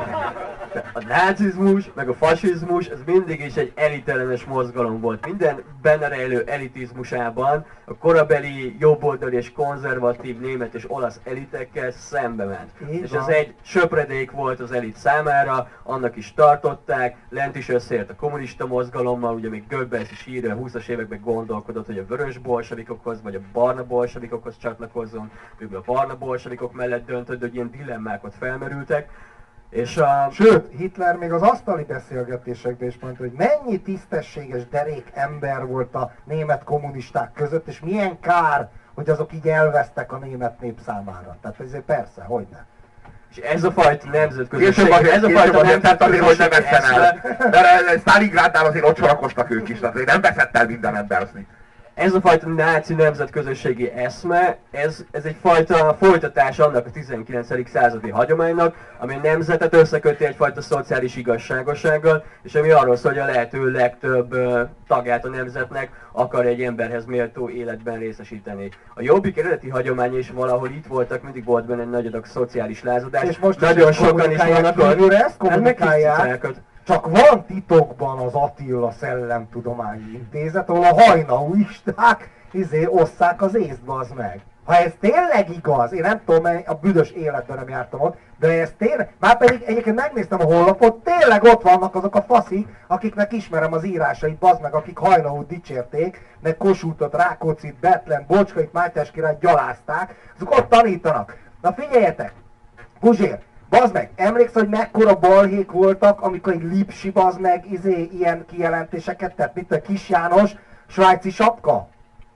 A nácizmus, meg a fasizmus, ez mindig is egy elitellenes mozgalom volt. Minden benne rejlő elitizmusában a korabeli jobboldali és konzervatív német és olasz elitekkel szembe ment. És ez egy söpredék volt az elit számára, annak is tartották, lent is összeért a kommunista mozgalommal, ugye még Goebbels is írja, a 20-as években gondolkodott, hogy a vörös bolsevikokhoz vagy a barna bolsevikokhoz csatlakozzon, végül a barna bolsevikok mellett döntött, hogy ilyen dilemmák ott felmerültek. És sőt, Hitler még az asztali beszélgetésekben is mondta, hogy mennyi tisztességes derék ember volt a német kommunisták között, és milyen kár, hogy azok így elvesztek a német nép számára. Tehát ezért persze, hogyne. És ez a fajta nemzetközösség, ez a fajta nemzetközösség, hogy nem veszten el. De Stalingrádnál azért ott sorakoztak ők is, tehát nem veszett el minden emberzni. Ez a fajta náci nemzetközösségi eszme, ez egyfajta folytatás annak a 19. századi hagyománynak, ami a nemzetet összeköti egyfajta szociális igazságossággal, és ami arról szól, hogy a lehető legtöbb tagját a nemzetnek akar egy emberhez méltó életben részesíteni. A Jobbik eredeti hagyománya is valahol itt voltak, mindig volt benne egy nagy adag szociális lázadás. És most nagyon sokan is vannak, ezt kommunikálják. Csak van titokban az Attila Szellemtudományi Intézet, ahol a hajnauisták osszák az észt, bazd meg. Ha ez tényleg igaz, én nem tudom, a büdös életben nem jártam ott, de ez tényleg, már pedig egyébként megnéztem a honlapot, tényleg ott vannak azok a faszik, akiknek ismerem az írásait, bazd meg, akik Hajnaut dicsérték, meg Kossuthot, Rákóczit, Betlen, Bocskait, Mátyás királyt gyalázták, azok ott tanítanak. Na figyeljetek, Puzsér, bazd meg, emlékszel, hogy mekkora balhék voltak, amikor egy Lipsi, bazd meg, ilyen kijelentéseket tett, mint a Kis János, svájci sapka?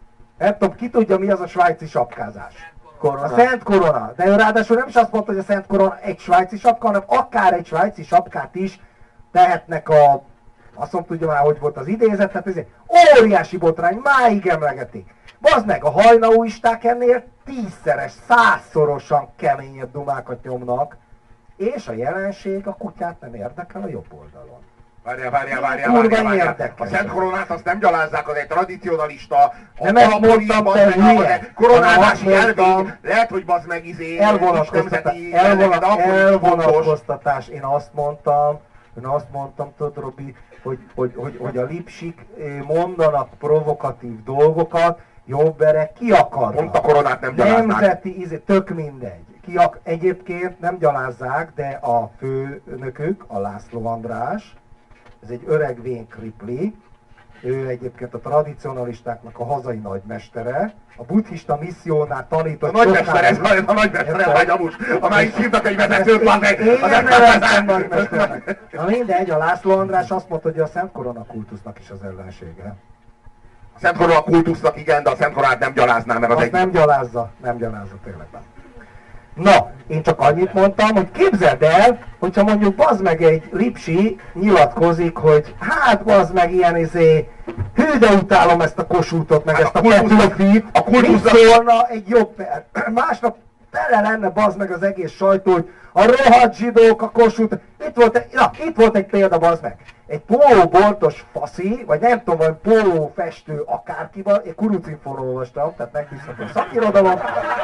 Nem tudom, ki tudja, mi az a svájci sapkázás? Korona. A Szent Korona. De ő ráadásul nem is azt mondta, hogy a Szent Korona egy svájci sapka, hanem akár egy svájci sapkát is tehetnek a... Azt mondom, tudja már, hogy volt az idézet, tehát ez egy óriási botrány, máig emlegetik. Bazd meg, a hajnauisták ennél 10-szeres, 100-szorosan keményebb dumákat nyomnak, és a jelenség a kutyát nem érdekel a jobb oldalon. Várjál. érdekes. A Szent Koronát azt nem gyalázzák, az egy tradicionalista, Nem ezt mondtam, te hülye! koronázási Hanem azt elvény. mondtam, Lehet, hogy bazd meg nemzeti jelleged, akkor is fontos. elvonatkoztatás. Én azt mondtam, tudod, Robi, hogy a lipsik mondanak provokatív dolgokat, jobberek ki akarnak. Pont a koronát nem gyaláznák. Nemzeti, tök mindegy. Egyébként nem gyalázzák, de a főnökük, a László András, ez egy öreg vén kripli, ő egyébként a tradicionalistáknak a hazai nagymestere, a buddhista misszionál tanított... A nagymestere vagy amus, amelyik hívnak egy vezetőt, van meg! Én neveztem nagymesternek. Na mindegy, a László András azt mondta, hogy a Szent Korona kultusznak is az ellensége. A Szent Korona kultusznak igen, de a Szent Koronát nem gyalázná, mert az egy... nem gyalázza tényleg nem. Na, én csak annyit mondtam, hogy képzeld el, hogyha mondjuk bazd meg egy lipsi nyilatkozik, hogy hát bazd meg ilyen hű de utálom ezt a Kossuthot, meg ezt a Petőfit, mit szólna egy jobb másnap tele lenne bazd meg az egész sajtó, hogy a rohadt zsidók, a Kossuth, itt volt egy példa bazd meg. Egy pólóboltos faszi, vagy nem tudom, vagy pólófestő akárkiban, én Kurucinfóról olvastam, tehát megbízható szakirodalom,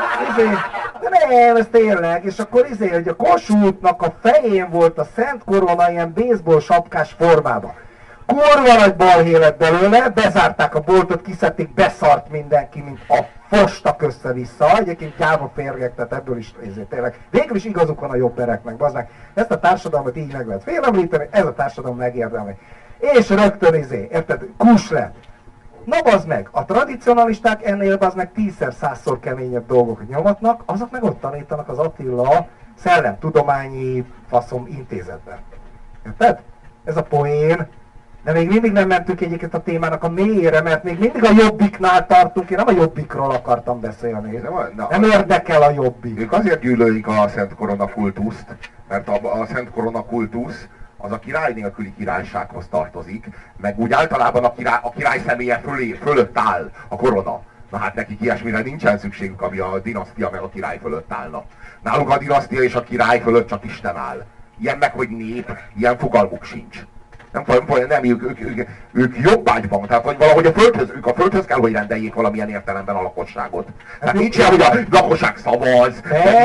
de nem, ez tényleg, és akkor hogy a Kossuthnak a fején volt a Szent Korona ilyen baseball sapkás formában. Kurva nagy balhé lett belőle, bezárták a boltot, kiszedték, beszart mindenki, mint a fostak össze-vissza. Egyébként gyáva férgek, tehát ebből is tényleg. Végül is igazuk van a jobbereknek, bazdmeg. Ezt a társadalmat így meg lehet félemlíteni, ez a társadalom megérdemli. És rögtön érted, kus lett. Na bazd meg, a tradicionalisták ennél bazd meg 10-100-szor keményebb dolgokat nyomatnak, azok meg ott tanítanak az Attila Szellemtudományi Faszom Intézetben. Érted? Ez a poén. De még mindig nem mentünk egyébként a témának a mélyére, mert még mindig a Jobbiknál tartunk, én nem a Jobbikról akartam beszélni. Nem érdekel a Jobbik. Ők azért gyűlölik a Szent Korona kultuszt, mert a Szent Korona kultusz az a király nélküli királysághoz tartozik, meg úgy általában a király személye fölött áll a korona. Na hát nekik ilyesmire nincsen szükségük, ami a dinasztia meg a király fölött állna. Náluk a dinasztia és a király fölött csak Isten áll. Ilyen meg, hogy nép, ilyen fogalmuk sincs. Nem, ők jobbágyban, tehát hogy valahogy ők a földhöz kell, hogy rendeljék valamilyen értelemben a lakosságot. Tehát nincs ilyen, hogy a lakosság szavaz,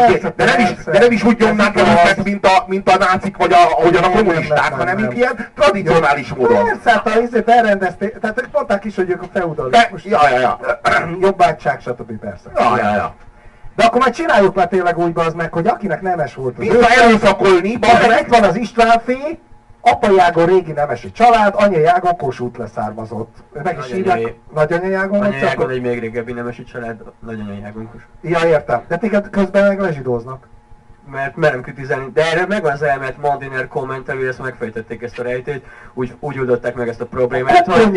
de nem is úgy nyomnák el őket, mint a nácik, vagy ahogyan a kommunisták, hanem ők ilyen tradicionális módon. Persze, hát berendezték, tehát mondták is, hogy ők a feudalizmus. Jobbágyság, stb. Persze. De akkor már csináljuk már tényleg úgy bazd meg, hogy akinek nemes volt az visszaerőszakolni, itt van az Istvánfé, apajágon régi nemesi család, anyajágon Kossuth leszármazott. Meg is hívják, nagyanyajágon? Anyajágon egy még régebbi nemesi család, nagyanyajágon Kossuth. Ja, értem. De téged közben meg lezsidóznak. Mert merem kritizálni, de erre megvan az elméleti Mandiner kommentelő, ezt megfejtették ezt a rejtét, úgy oldották meg ezt a problémát, hogy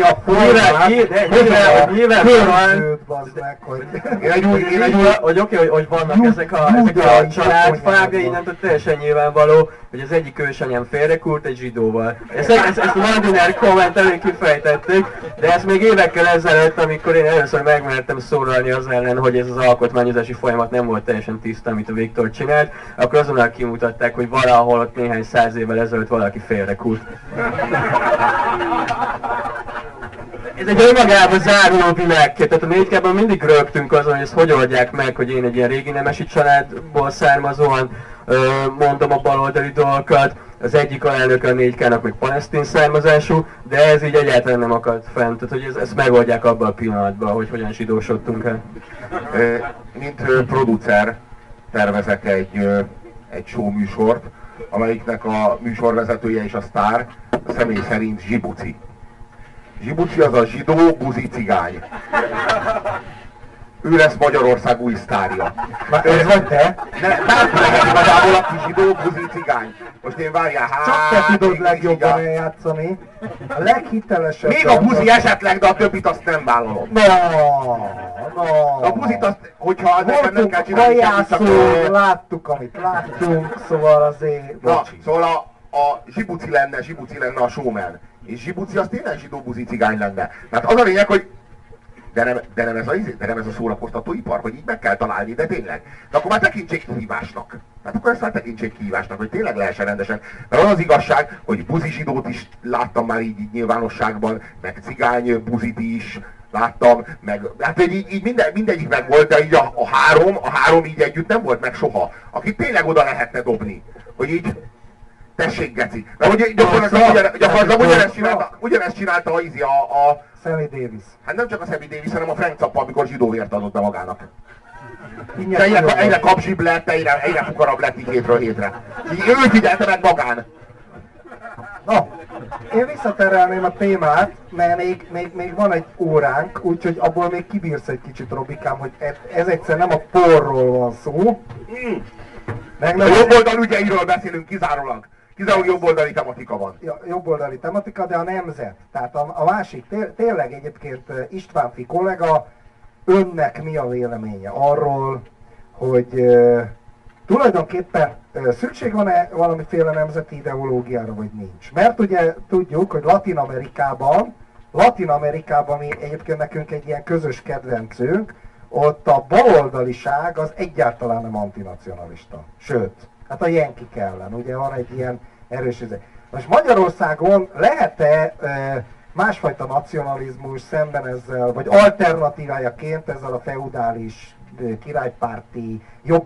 hogy vannak ezek a családfák, de innentől teljesen nyilvánvaló, hogy az egyik ősanyám félrekúrt egy zsidóval. Ezt Mandiner kommentelőn kifejtették, de ezt még évekkel ezelőtt, amikor én először megmertem szólalni az ellen, hogy ez az alkotmányozási folyamat nem volt teljesen tiszta, amit a Viktor csinált, akkor azonnal kimutatták, hogy valahol ott néhány 100 évvel ezelőtt valaki félrekúrt. Ez egy önmagában záruló világ, tehát a 4K-ban mindig rögtünk azon, hogy ezt hogy oldják meg, hogy én egy ilyen régi nemesi családból származóan mondom a baloldali dolgokat, az egyik alelnök a 4K-nak még palesztin származású, de ez így egyáltalán nem akadt fent, tehát hogy ezt megoldják abban a pillanatban, hogy hogyan zsidósodtunk el. Mint producer tervezek egy show műsort, amelyiknek a műsorvezetője és a sztár a személy szerint Zsibuci. Zsibuci az a zsidó buzi cigány. Ő lesz Magyarország új sztárja. Ez vagy te? Bárki lehet igazából, aki zsidó buzi cigány. Most én várjál, csak te tudod legjobban eljátszani. A leghitelesebb... Még a buzi esetleg, de a többit azt nem vállalom. A buzit azt, hogyha nekem nem kell csinálni, láttuk, amit láttunk, szóval azért... Na, szóval a Zsibuci lenne a showman. És Zsibuci az tényleg zsidó buzi cigány lenne. Tehát az a lényeg, hogy de nem ez a szórakoztatóipar, hogy így meg kell találni, de tényleg. De akkor már tekintsék kihívásnak. Hát akkor ezt már tekintsék kihívásnak, hogy tényleg lehessen rendesen. Mert az igazság, hogy buzizsidót is láttam már így nyilvánosságban, meg cigány buzit is láttam, meg hát így mindegyik meg volt, de így a három így együtt nem volt meg soha. Akit tényleg oda lehetne dobni. Hogy így tessék, geci. Mert ugye gyakorlatilag ugyanezt csinálta a Sammy Davis. Hát nem csak a Sammy Davis, hanem a Frank Zappa, amikor zsidóvért adott be magának. Egyre kapzsibb lett, egyre fukarabb lett így hétről hétre. Ő figyelte meg magán. Na, én visszaterelném a témát, mert még van egy óránk, úgyhogy abból még kibírsz egy kicsit, Robikám, hogy ez egyszer nem a porról van szó. A jobboldal ügyeiről beszélünk kizárólag. Kizárólag jobboldali tematika van. Jobboldali tematika, de a nemzet. Tehát a másik, tényleg egyébként Istvánfi kollega, önnek mi a véleménye arról, hogy tulajdonképpen szükség van-e valamiféle nemzeti ideológiára, vagy nincs? Mert ugye tudjuk, hogy Latin-Amerikában mi egyébként nekünk egy ilyen közös kedvencünk, ott a baloldaliság az egyáltalán nem antinacionalista. Sőt, hát a jenkik ellen, ugye van egy ilyen erős izé. Most Magyarországon lehet-e másfajta nacionalizmus szemben ezzel, vagy alternatívájaként ezzel a feudális királypárti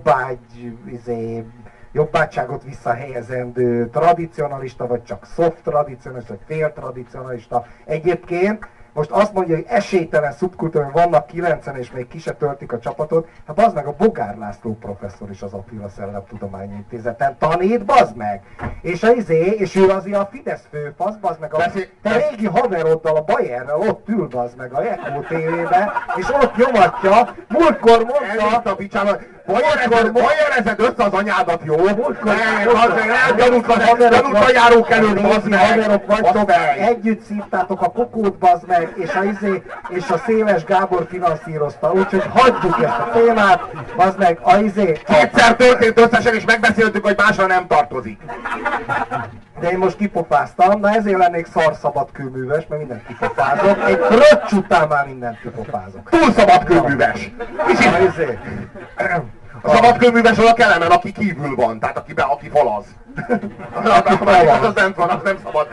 jobbágyságot visszahelyezendő tradicionalista, vagy csak soft tradicionalista, vagy fél tradicionalista. Egyébként most azt mondja, hogy esélytelen szubkultúrán vannak 9-en és még ki se töltik a csapatot, hát bazd meg a Bogár László professzor is az Attila Szellemtudományi Intézeten tanít, bazd meg! És ő azért a Fidesz főfasz, bazd meg, te régi haveroddal, a Bayerrel ott ül, bazd meg, a Echo TV-be, és ott nyomatja, múltkor mondta... Bajerezed össze az anyádat, jó? Gyanútlan járók előtt, bazd meg! Haverok vagytok, együtt szívtátok a kokót, bazd meg, és a Széles Gábor finanszírozta, úgyhogy hagyjuk ezt a témát, bazd meg, Kétszer történt összesen, és megbeszéltük, hogy másra nem tartozik. De én most kipopáztam, na ezért lennék szarszabadkőműves, mert mindent kipopázok. Egy fröccs után már mindent kipopázok. Túl szabadkőműves! A szabadkőműves az a Kelemen, aki kívül van, tehát aki falaz. Az nem van, az nem szabad.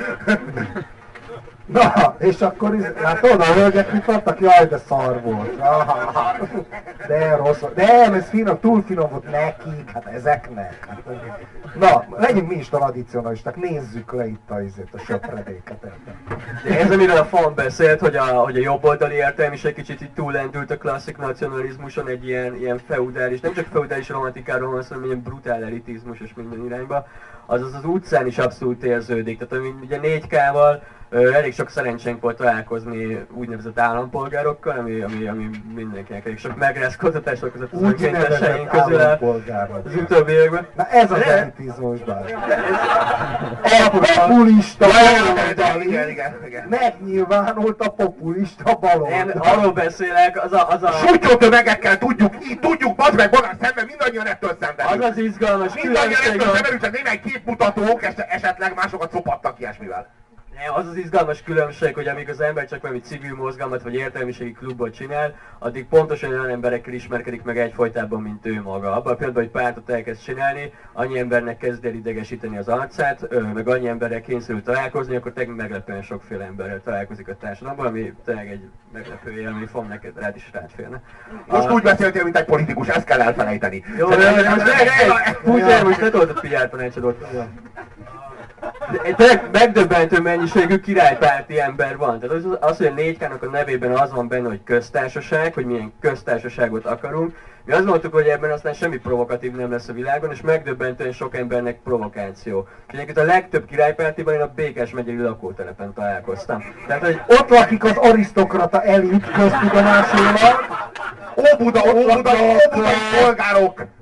Na, és akkor látod, a hölgyek mit mondtak? Jaj, de szar volt. De rossz volt. De ez finom, túl finom volt nekik, hát ezeknek. Hát, na, legyünk mi is tradicionalisták, nézzük le itt a söpredéket. De ez, amiről a Fan beszélt, hogy a jobboldali értelmiség kicsit így túllendült a klasszik nacionalizmuson, egy ilyen feudális, nem csak feudális romantikáról van szó, hanem ilyen brutál elitizmus és minden irányba, azaz az utcán is abszolút érződik. Tehát ugye 4K-val elég sok szerencsénk volt találkozni úgynevezett állampolgárokkal, ami mindenkinek elég sok megrázkódtatás okozott az önkénteseink közül az utóbbi években. Na ez az elitizmusban. A populista baloldali megnyilvánult a populista baloldali. Én arról beszélek, az a... Sújtó tömegekkel tudjuk, bazd meg magán szemben, mindannyian ettől szenvedünk. Az az izgalmas mindannyian ettől szenvedünk, csak némely képmutatók esetleg másokat szopattak ilyesmivel. Az az izgalmas különbség, hogy amíg az ember csak valami civil mozgalmat vagy értelmiségi klubot csinál, addig pontosan olyan emberekkel ismerkedik meg egyfolytában, mint ő maga. Abban a pillanatban, hogy pártot elkezd csinálni, annyi embernek kezd el idegesíteni az arcát, meg annyi emberrel kényszerül találkozni, akkor tényleg meglepően sokféle emberrel találkozik a társadalomban, ami tényleg egy meglepő élmény, fog neked rád is rátférne. Most úgy beszéltél, mint egy politikus, ezt kell elfelejteni. Jó, most ne tudod a PR tanácsadót. Tényleg megdöbbentő mennyiségű királypárti ember van. Tehát az, hogy a 4K-nak a nevében az van benne, hogy köztársaság, hogy milyen köztársaságot akarunk. Mi azt mondtuk, hogy ebben aztán semmi provokatív nem lesz a világon, és megdöbbentően sok embernek provokáció. És egyébként a legtöbb királypártiban én a Békás megyei lakótelepen találkoztam. Tehát, hogy ott lakik az arisztokrata elit köztudomásulag. Óbuda, polgárok!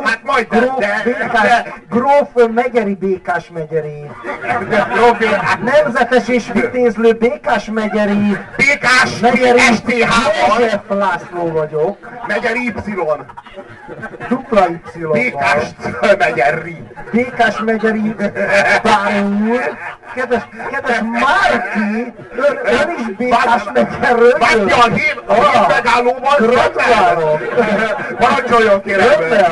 Gróf Megyeri Békás megyeri. Nemzetes és vitézlő Békás megyeri. Békás STH-val. László vagyok. Megyeri Y. Dupla Y-val. Békás Megyeri. Békás megyeri Bár úr. kedves Márki, ön is Békás-megyerről jön? Vágja a hív megállóban! Gratulálok! Parancsoljon, kérem!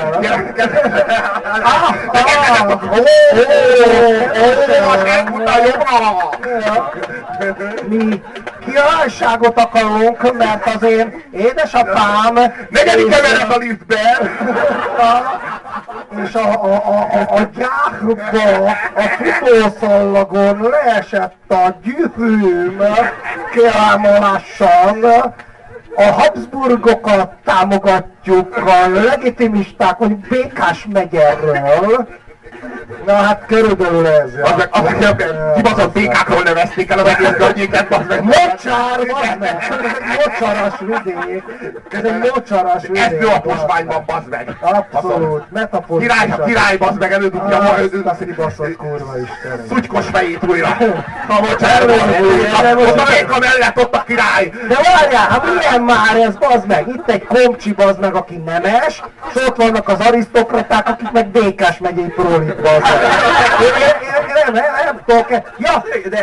Mi királyságot akarunk, mert az én édesapám... Negyedik emelet a liftben! És a gyákba, a futószallagon leesett a gyűrűm, kérem lassan. A Habsburgokat támogatjuk, a legitimisták, vagy Békás-megyerről. Na hát körülbelül ez. Kibaszott békákról nevezték el az egész környéket, az meg. Mocsár, bazd meg! Ez egy mocsaras vidék. Ez egy mocsaras vidék. Ez nő a posványban, bazd meg. Abszolút, metaforikus. Király, bazd meg, elődugja ma Azt a kibaszott kurva Isten. szutykos fejét újra. A mocsárban. Ott a béka mellett, ott a király. De várjál, hát milyen már ez, bazd meg? Itt egy komcsi, bazd meg, aki nemes, és ott vannak az arisztokraták, akik meg Békás megyei prolit, bazd meg. Nem tudok. Ja, de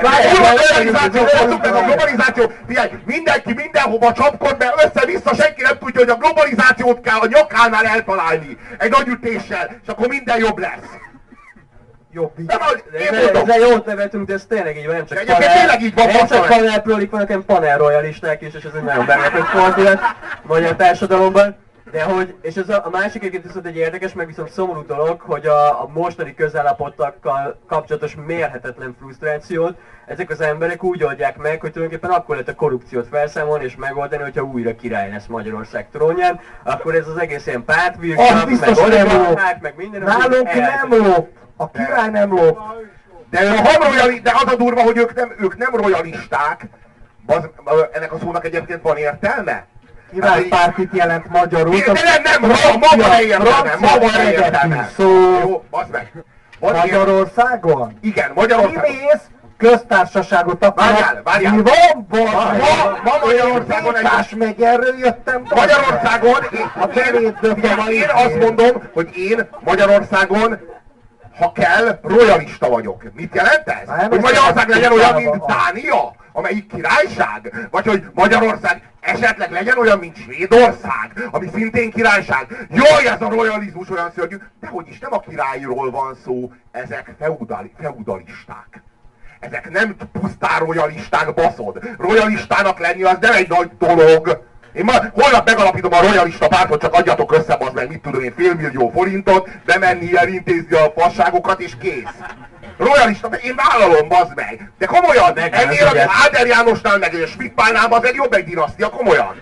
a globalizáció, figyelj, mindenki mindenhova csapkod, mert össze-vissza senki nem tudja, hogy a globalizációt kell a nyakánál eltalálni. Egy nagy ütéssel, és akkor minden jobb lesz. jobbik. Ezzel jót nevetünk, de ez tényleg így van, nem csak panel prolik, van nekem panel royalisták is, és ez egy nagyon meglepő fordulat a magyar társadalomban. De hogy, és ez a másik egyébként viszont egy érdekes, meg viszont szomorú dolog, hogy a mostani közállapotokkal kapcsolatos mérhetetlen frusztrációt ezek az emberek úgy oldják meg, hogy tulajdonképpen akkor lehet a korrupciót felszámolni és megoldani, hogyha újra király lesz Magyarország trónján, akkor ez az egész ilyen pártvirkak, meg oligarchák, meg minden... Nálunk nem lop! A király nem lop! De az a durva, hogy ők nem royalisták. Ennek a szónak egyébként van értelme? Királypártit jelent magyarul. Nem, ma van értelme. Jó, bazd meg. Magyarországon? Igen, Magyarországon. Kimész, köztársaságot akarok. Várjál. Mi van, bazd? Ma Magyarországon Békás-megyerről jöttem. Magyarországon, én azt mondom, hogy én Magyarországon, ha kell, royalista vagyok. Mit jelent ez? Hogy Magyarország legyen olyan, mint Dánia, amelyik királyság? Vagy hogy Magyarország esetleg legyen olyan, mint Svédország, ami szintén királyság? Jaj, ez a royalizmus olyan szörnyű. De hogy is, nem a királyról van szó, ezek feudalisták. Ezek nem pusztán royalisták, baszod. Royalistának lenni az nem egy nagy dolog. Én holnap megalapítom a royalista pártot, csak adjatok össze, bazd meg, mit tudom én, $500 000 forintot, bemenni elintézni a fasságokat, és kész. Royalista, én vállalom, bazd meg. De komolyan, ennél az Áder Jánosnál, meg a Schmidt-Pálnál, az egy jobb egy dinasztia, komolyan.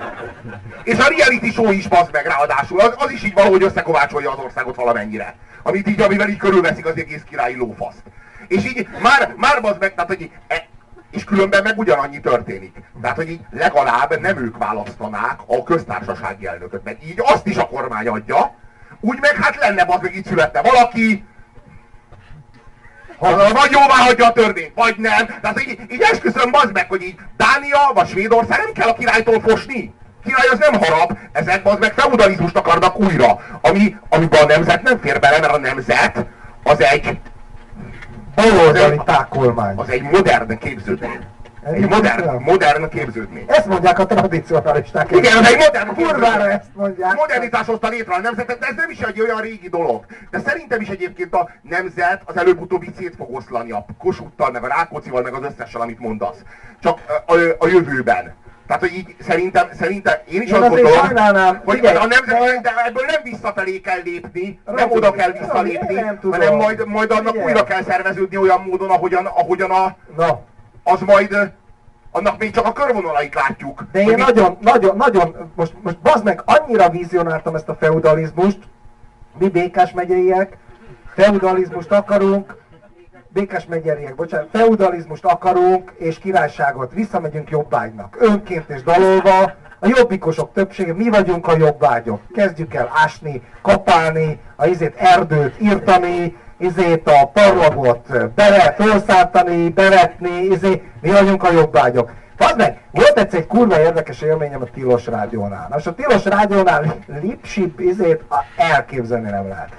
És a reality show is, bazd meg, ráadásul, az is így valahogy összekovácsolja az országot valamennyire. Amivel így körülveszik az egész királyi lófaszt. És így már bazd meg, tehát hogy és különben meg ugyanannyi történik. Tehát, hogy így legalább nem ők választanák a köztársasági elnököt, meg így azt is a kormány adja, úgy meg hát lenne, az meg így születne valaki, vagy jóvá hagyja a törvényt, vagy nem. Tehát így esküszöm, bazd meg, hogy így Dánia vagy Svédország nem kell a királytól fosni. Király az nem harap, ezek bazd meg feudalizmust akarnak újra, amiben a nemzet nem fér bele, mert a nemzet az egy baloldali tákolmány. Az egy modern képződmény. Egy modern képződmény. Ezt mondják a tradicionalisták. Igen, ez egy modern kurvára ezt mondják. Modernitás hozta létre a nemzetet, de ez nem is egy olyan régi dolog. De szerintem is egyébként a nemzet az előbb-utóbb szét fog oszlani a Kossuthtal, meg a Rákóczival, meg az összessel, amit mondasz. Csak a jövőben. Tehát, hogy így szerintem én is azt gondolom, hogy a nemzet, de ebből nem visszafelé kell lépni, nem oda kell visszalépni, hanem majd annak újra kell szerveződni olyan módon, ahogyan az majd, annak még csak a körvonalait látjuk. De én nagyon, most bazd meg, annyira vizionáltam ezt a feudalizmust, mi Békás megyeiek, feudalizmust akarunk, feudalizmust akarunk, és királyságot, visszamegyünk jobbágynak. Önként és dalolva, a jobbikosok többsége, mi vagyunk a jobbágyok. Kezdjük el ásni, kapálni, erdőt írtani, a parlagot felszálltani, bevetni, mi vagyunk a jobbágyok. Bazd meg, volt egyszer egy kurva érdekes élményem a Tilos Rádiónál. Most a Tilos Rádiónál lipsip elképzelni nem lehet.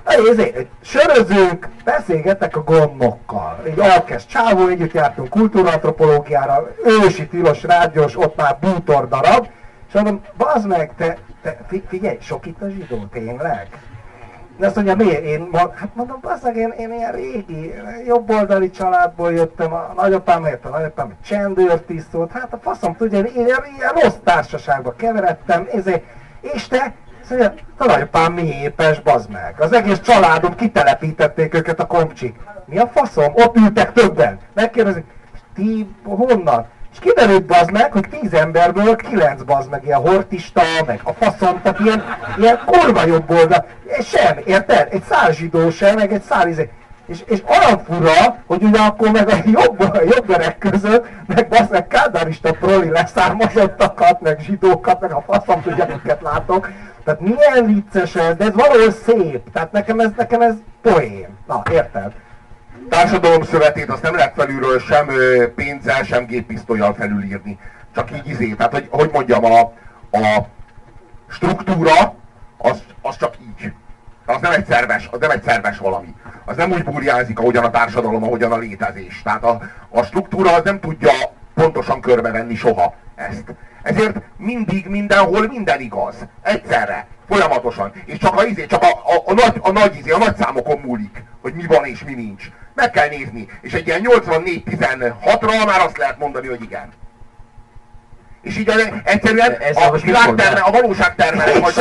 Sörözünk, beszélgetek a gondnokkal. Így elkezd csávó, együtt jártunk kultúraantropológiára, ősi tilos rádiós, ott már bútor darab, és mondom, bazd meg, te figyelj, sok itt a zsidó, tényleg? De azt mondja, miért? Hát mondom, bazd meg, én ilyen régi, jobboldali családból jöttem, a nagyapám csendőrtiszt volt, hát a faszom tudja, én ilyen rossz társaságba keveredtem, és te? Azt mondja, a nagyapám miépes, bazd meg. Az egész családom, kitelepítették őket a komcsik. Mi a faszom? Ott ültek többen. Megkérdezik, ti honnan? És kiderült, bazd meg, hogy 10 emberből 9 bazd meg ilyen hortista, meg a faszom, tehát ilyen kurva jobb oldal. És sem, érted? Egy 100 zsidó sem, meg egy 100 és olyan fura, hogy ugye akkor meg a jobberek között, meg bazd meg kádárista proli leszármazottakat, meg zsidókat, meg a faszom tudja, akiket látok. Tehát milyen vicces ez, de ez valahol szép. Tehát nekem ez poén. Na, érted? Társadalom szövetét azt nem lehet felülről sem pénzzel, sem géppisztollyal felülírni. Csak így tehát hogy mondjam, a struktúra az csak így. Az nem egy szerves valami. Az nem úgy burjánzik, ahogyan a társadalom, ahogyan a létezés. Tehát a struktúra az nem tudja pontosan körbevenni soha ezt. Ezért mindig, mindenhol minden igaz. Egyszerre. Folyamatosan. És csak a nagy számokon múlik, hogy mi van és mi nincs. Meg kell nézni. És egy ilyen 84-16-ra már azt lehet mondani, hogy igen. És így egyszerűen a valóság termel egyfajta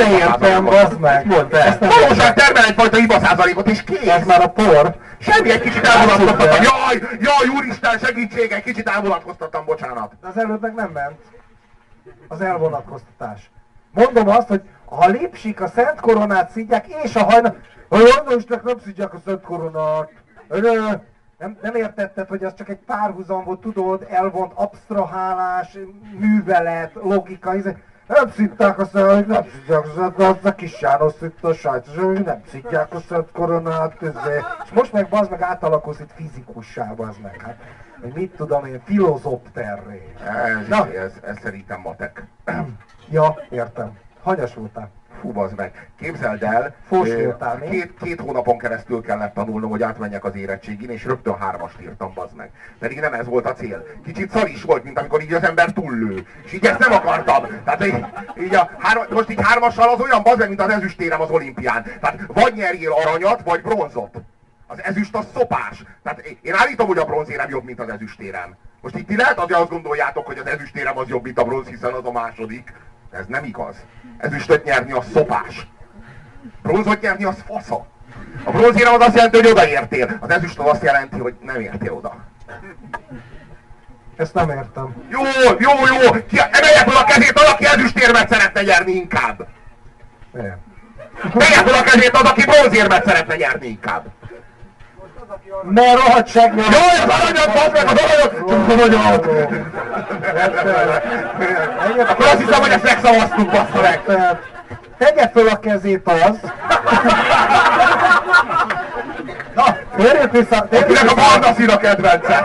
hibaszázalékot, és kész. Ez már a por. Semmi, egy kicsit elvonatkoztattam. Jaj, úristen, segítség, egy kicsit elvonatkoztattam, bocsánat. De az előbb meg nem ment. Az elvonatkoztatás. Mondom azt, hogy ha Lipsik a Szent Koronát szidják, és a hajnal... Hajnalosnak nem szidják a Szent Koronát. Nem értetted, hogy az csak egy párhuzam volt, tudod, elvont absztrahálás, művelet, logika, nem szidták a Szent, nem szidják az a kis János szitta a sajtos, nem szidják a Szent Koronát, és most meg bazd meg átalakulsz itt fizikussá, bazd meg, hát, hogy mit tudom én, filozopterré. Ez szerintem matek. Ja, értem. Hanyas voltál? Fú, bazd meg. Képzeld el, két hónapon keresztül kellett tanulnom, hogy átmenjek az érettségin, és rögtön 3-ast írtam, bazd meg. Pedig nem ez volt a cél. Kicsit szar is volt, mint amikor így az ember túllő. És így ezt nem akartam. Tehát most így 3-assal az olyan, bazd meg, mint az ezüstérem az olimpián. Tehát vagy nyerjél aranyat, vagy bronzot. Az ezüst az szopás. Tehát én állítom, hogy a bronzérem jobb, mint az ezüstérem. Most itt ti lehet azért azt gondoljátok, hogy az ezüstérem az jobb, mint a bronz, hiszen az a második. Ez nem igaz. Ezüstöt nyerni az szopás. Bronzot nyerni az fasza. A bronzérem az azt jelenti, hogy odaértél. Az ezüst az azt jelenti, hogy nem értél oda. Ezt nem értem. Jó! Emelje fel a kezét az, aki ezüstérmet szeretne nyerni inkább. Emelje fel a kezét az, aki bronzérmet szeretne nyerni inkább. Ne rohadt segnél! Jaj, az aranyat, bazd meg, az aranyat! Akkor azt hiszem, hogy ezt megszavaztuk, bassza meg! Tegye föl a kezét az! Na, térjünk vissza! Akinek a barna szín a kedvence!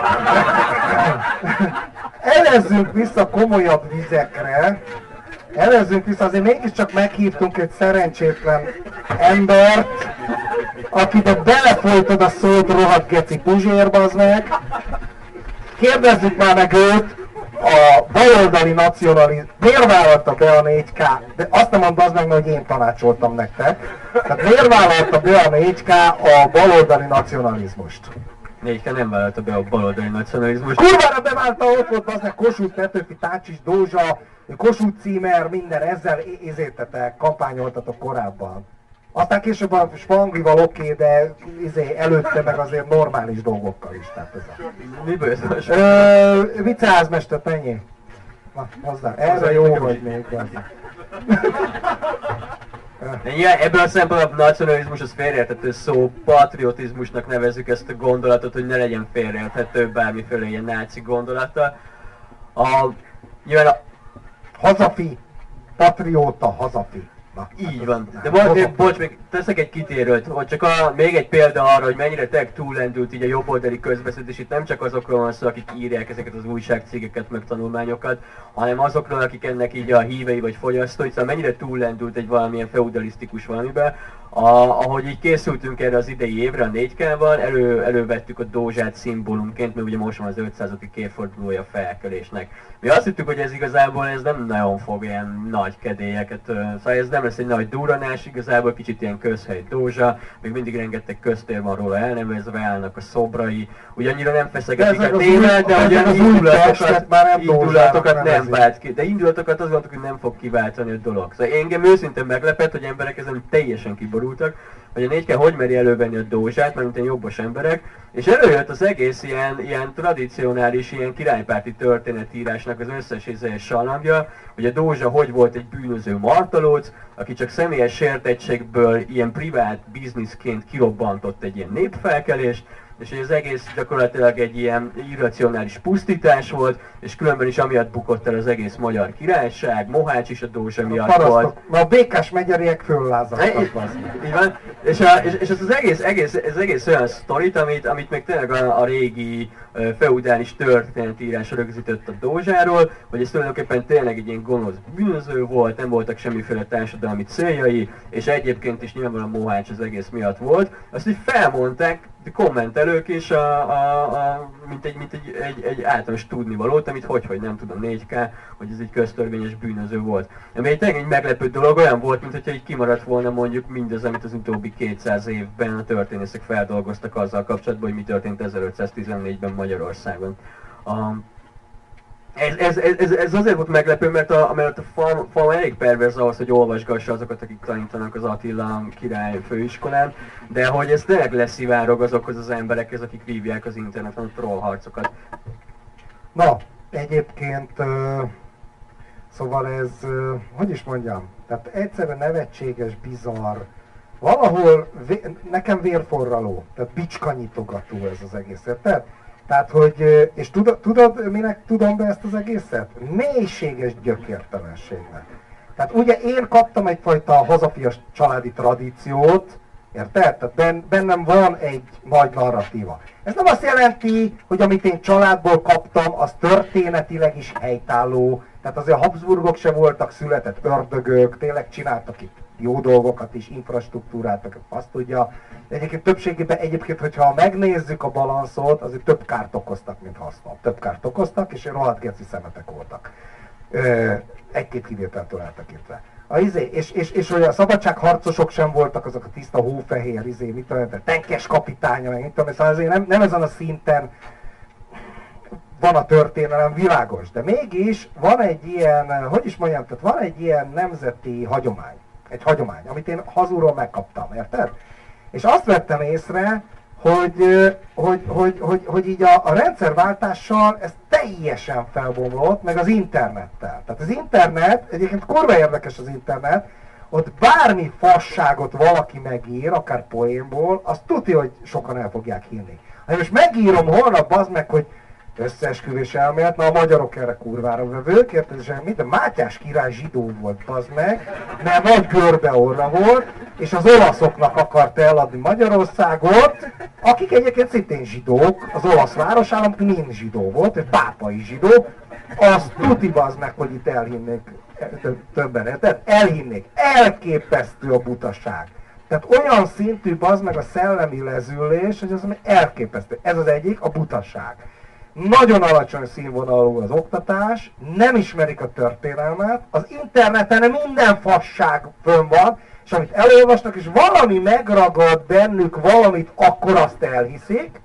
Elezzünk vissza komolyabb vizekre. Elezzünk vissza, azért mégiscsak meghívtunk egy szerencsétlen embert, akibe belefolytod a szót, rohadt geci Puzsér, bazd meg. Kérdezzük már meg őt, a baloldali nacionalizmus, miért vállalta be a 4K? De azt nem mondd, az meg, hogy én tanácsoltam nektek. Tehát miért vállalta be a 4K a baloldali nacionalizmust? 4K nem vállalta be a baloldali nacionalizmust. Kurvára beválta, ott volt az meg Kossuth, Petőfi, Tácsis, Dózsa, Kossuth Címer, minden ezzel ézétetek, kampányoltatok korábban. Aztán később a Spanglival oké, de előtte meg azért normális dolgokkal is. Tehát ez a... Miből ez most? Viceházmester, mennyi? Na, hozzá. Erre jó vagy még. Ebből a szempontból a nacionalizmus az félreérthető szó, patriotizmusnak nevezzük ezt a gondolatot, hogy ne legyen félreérthető bármiféle ilyen náci gondolata. Nyilván hazafi, patrióta, hazafi. Na, így van. De bocs, még teszek egy kitérőt, hogy csak még egy példa arra, hogy mennyire tényleg túllendült így a jobboldali közbeszéd, és itt nem csak azokról van szó, akik írják ezeket az újságcikkeket, meg tanulmányokat, hanem azokról, akik ennek így a hívei vagy fogyasztói, szóval mennyire túllendült egy valamilyen feudalisztikus valamibe, Ahogy így készültünk erre az idei évre a 4K-ban, elővettük a Dózsát szimbólumként, mert ugye most van az 500. évfordulója felkelésnek. Mi azt hittük, hogy ez igazából ez nem nagyon fog ilyen nagy kedélyeket, szóval ez nem lesz egy nagy durranás, igazából kicsit ilyen közhely Dózsa, még mindig rengeteg köztér van róla elnevezve, állnak a szobrai, ugye annyira nem feszegetik a témát, de ugye indulatokat nem vált ki, de indulatokat azt gondoltuk, hogy nem fog kiváltani a dolog. Szóval engem őszintén meglepett, hogy emberek ezen teljesen kiborultak, hogy a 4K hogy meri elővenni a Dózsát, mert mint ilyen jobbos emberek, és előjött az egész ilyen tradicionális, ilyen királypárti történetírásnak az összes és sallamja, hogy a Dózsa hogy volt egy bűnöző martalóc, aki csak személyes sértettségből ilyen privát bizniszként kirobbantott egy ilyen népfelkelést, és hogy az egész gyakorlatilag egy ilyen irracionális pusztítás volt, és különben is amiatt bukott el az egész magyar királyság, Mohács is a Dózsa miatt volt. Na a békás megyeriek föllázadtak. Így van, és ez az egész olyan sztorit, amit még tényleg a régi feudális történetírás rögzített a Dózsáról, hogy ez tulajdonképpen tényleg egy ilyen gonosz bűnöző volt, nem voltak semmiféle társadalmi céljai, és egyébként is nyilvánvalóan Mohács az egész miatt volt. Azt így felmondták kommentelők is, mint egy általános tudnivalót, amit hogy nem tudom, 4K, hogy ez egy köztörvényes bűnöző volt. Ami egy meglepő dolog, olyan volt, mintha így kimaradt volna mondjuk mindaz, amit az utóbbi 200 évben a történészek feldolgoztak azzal kapcsolatban, hogy mi történt 1514-ben Magyarországon. Ez azért volt meglepő, mert a fal elég perverz ahhoz, hogy olvasgassa azokat, akik tanítanak az Attila király főiskolán, de hogy ez tényleg leszivárog azokhoz az emberekhez, akik vívják az interneten a trollharcokat. Na, egyébként, szóval ez, hogy is mondjam, tehát egyszerűen nevetséges, bizarr, valahol nekem vérforraló, tehát bicskanyitogató ez az egész, érted? Tehát, hogy, és tudod, minek tudom be ezt az egészet? Mélységes gyökértelenségnek. Tehát ugye én kaptam egyfajta hazafias családi tradíciót, érted? Tehát bennem van egy nagy narratíva. Ez nem azt jelenti, hogy amit én családból kaptam, az történetileg is helytálló. Tehát azért a Habsburgok se voltak született ördögök, tényleg csináltak itt jó dolgokat is, infrastruktúrát, azt tudja. Egyébként többségében, hogyha megnézzük a balanszot, azért több kárt okoztak, mint hasznot. Több kárt okoztak, és rohadt geci szemetek voltak. Egy-két kivételtől eltekintve. És hogy a szabadságharcosok sem voltak azok a tiszta hófehér, mit tudom, tenkes kapitánya, meg mit tudom, szóval azért nem ezen a szinten van a történelem világos, de mégis van egy ilyen, hogy is mondjam, tehát van egy ilyen nemzeti hagyomány. Egy hagyomány, amit én hazulról megkaptam, érted? És azt vettem észre, hogy így a rendszerváltással ez teljesen felbomlott, meg az internettel. Tehát az internet, egyébként kurva érdekes az internet, ott bármi fasságot valaki megír, akár poénból, azt tudja, hogy sokan el fogják hinni. Ha most megírom holnap, bazd meg, hogy összeesküvés elmélet, na a magyarok erre kurvára vevők, érted, és minden Mátyás király zsidó volt, bazd meg, mert nagy görbeorra volt, és az olaszoknak akarta eladni Magyarországot, akik egyébként szintén zsidók, az olasz városállam mind zsidó volt, egy pápai zsidó, azt tuti, bazd meg, hogy itt elhinnék többen, érted? Elhinnék, elképesztő a butaság. Tehát olyan szintű, bazd meg, a szellemi lezülés, hogy az elképesztő. Ez az egyik, a butaság. Nagyon alacsony színvonalú az oktatás, nem ismerik a történelmet, az interneten minden fasság fönn van, és amit elolvasnak, és valami megragad bennük valamit, akkor azt elhiszik.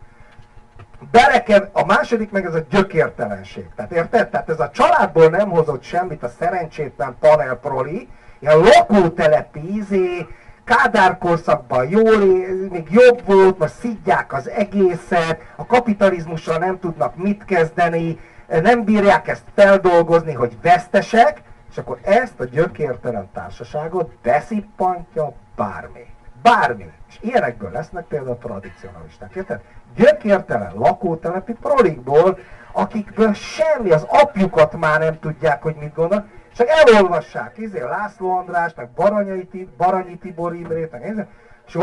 A második meg ez a gyökértelenség. Tehát érted? Tehát ez a családból nem hozott semmit a szerencsétlen panelproli, ilyen lakótelepi Kádár korszakban még jobb volt, most szidják az egészet, a kapitalizmussal nem tudnak mit kezdeni, nem bírják ezt feldolgozni, hogy vesztesek, és akkor ezt a gyökértelen társaságot beszippantja bármi. Bármi. És ilyenekből lesznek például a tradicionalisták. Érted? Gyökértelen lakótelepi prolikból, akikből semmi, az apjukat már nem tudják, hogy mit gondol, csak elolvassák, László András, meg Baranyi Tibor Imrét, meg és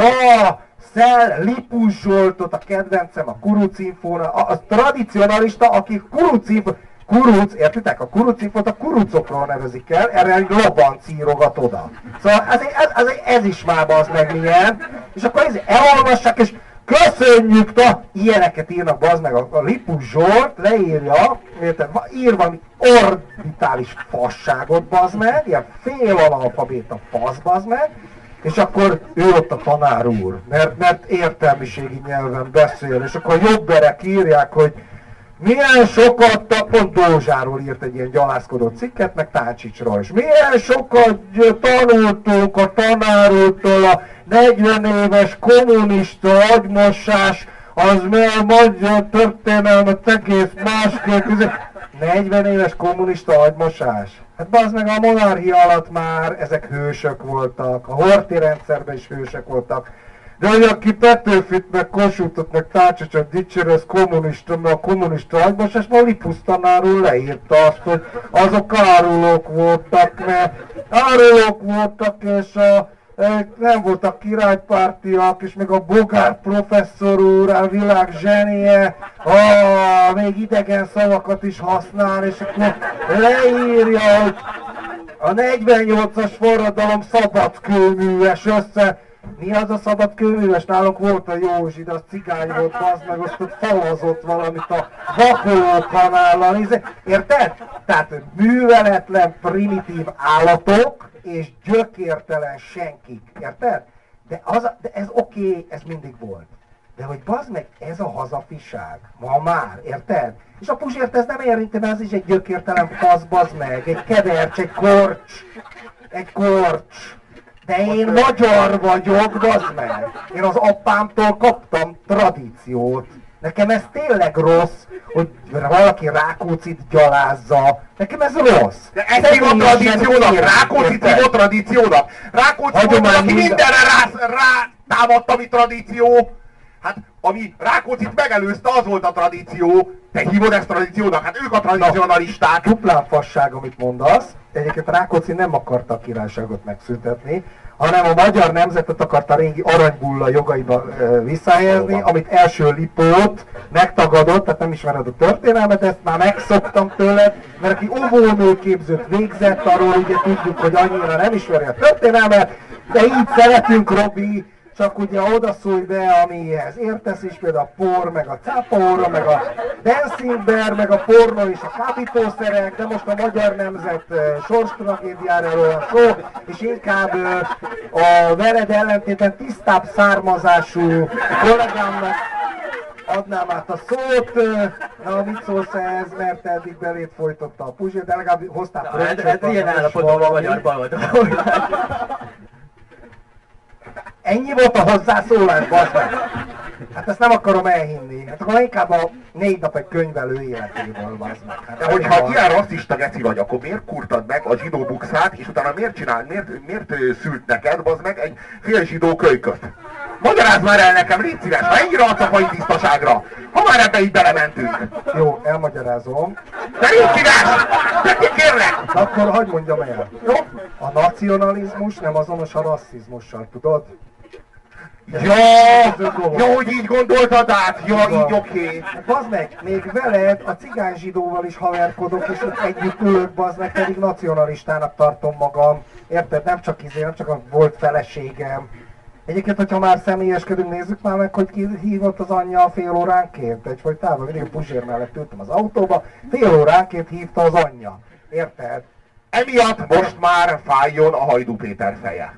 Lipus Zsoltot, a kedvencem, a Kurucinfóna, a tradicionalista, aki Kurucinfóna, kuruc, értitek? A kurucifot a kurucokról nevezik el, erre egy labanc írogat oda. Szóval ez is már bazd meg milyen, és akkor elolvassák, és köszönjük, ilyeneket írnak bazd meg, a Lipus Zsolt leírja, érted, ír valami orbitális fasságot bazd meg, ilyen félalfabéta fasz bazd meg, és akkor ő ott a tanár úr, mert értelmiségi nyelven beszél, és akkor a jobberek írják, hogy milyen sokat, pont Dózsáról írt egy ilyen gyalászkodó cikket, meg Táncsicsról is. Milyen sokat tanultunk a tanár úrtól, a 40 éves kommunista agymosás, az mert magyar történelmet egész másképp. 40 éves kommunista agymosás? Hát bazd meg, a monarchia alatt már ezek hősök voltak, a Horthy rendszerben is hősök voltak. De hogy aki Petőfit, meg Kossuthot, meg Tácsicsot dicsér, ez kommunista, mert a kommunista agymosás, ma Lipus tanár úr leírta azt, hogy azok árulók voltak, mert árulók voltak, és nem voltak királypártiak, és még a Bogár professzor úr, a világ zsenie, még idegen szavakat is használ, és akkor leírja, hogy a 48-as forradalom szabadkőműves össze. Mi az a szabadkőműves? Nálunk volt a Józsi, de az cigány volt, az meg azt ott falazott valamit a Vakoló kanállal. Érted? Tehát műveletlen, primitív állatok és gyökértelen senkik. Érted? De ez oké, ez mindig volt. De hogy bazd meg, ez a hazafiság. Ma már, érted? És a Puzsért ez nem érinti, mert az is egy gyökértelen fasz, bazd meg. Egy kedercs, egy korcs. Egy korcs. De én magyar vagyok, bazd meg! Én az apámtól kaptam tradíciót. Nekem ez tényleg rossz, hogy valaki Rákóczit gyalázza. Nekem ez rossz. De ez hívott tradíciónak? Rákóczit hívott tradíciónak? Rákóczi volt, aki mindenre rátámadt, ami tradíció. Hát, ami Rákóczit megelőzte, az volt a tradíció. Te hívod ezt tradíciónak? Hát ők a tradicionalisták. Duplán fasság, amit mondasz. Egyébként Rákóczi nem akarta a királyságot megszüntetni, hanem a magyar nemzetet akarta a régi aranybulla jogaiba visszahelyezni, amit első Lipót megtagadott, tehát nem ismered a történelmet, ezt már megszoktam tőled, mert aki óvónőképzőt végzett, arról ugye tudjuk, hogy annyira nem ismeri a történelmet, de így szeretünk, Robi, csak ugye odaszólj be, amihez értesz is, például a por, meg a cápaóra, meg a dancing bear, meg a pornó és a kábítószerek, de most a magyar nemzet sorstragédiáról van szó, és inkább a veled ellentétben tisztább származású kollégámnak adnám át a szót. Na, mit szólsz ehhez, mert eddig belét folytotta a Puzsér, de legalább hoztál pröncset. Ilyen állapotban a magyar baloldal. Ennyi volt a hozzászólás, bazd meg! Hát ezt nem akarom elhinni. Hát akkor inkább a 4 nap egy könyvelő életéből, bazd meg. Hát de hogyha ilyen rasszista geci vagy, akkor miért kurtad meg a zsidó bukszát, és utána miért szült neked, bazd meg, egy fél zsidó kölyköt? Magyarázd már el nekem, légy szíves, ha ennyire adsz a fai tisztaságra, ha már ebbe így belementünk. Jó, elmagyarázom. De légy szíves! De kérlek! Akkor hagyd mondjam el. Jó? A nacionalizmus nem azonos a rasszizmussal, tudod? Jó, hogy így gondoltad át, így oké. Bazd meg, még veled a cigány zsidóval is haverkodok, és ott együtt ülök, bazd meg, pedig nacionalistának tartom magam. Érted? Nem csak a volt feleségem. Egyébként, hogyha már személyeskedünk, nézzük már meg, hogy ki hívott az anyja a fél óránként. Egyfolytában mindig a Puzsér mellett ültem az autóba, fél óránként hívta az anyja. Érted? Emiatt most már fájjon a Hajdú Péter feje.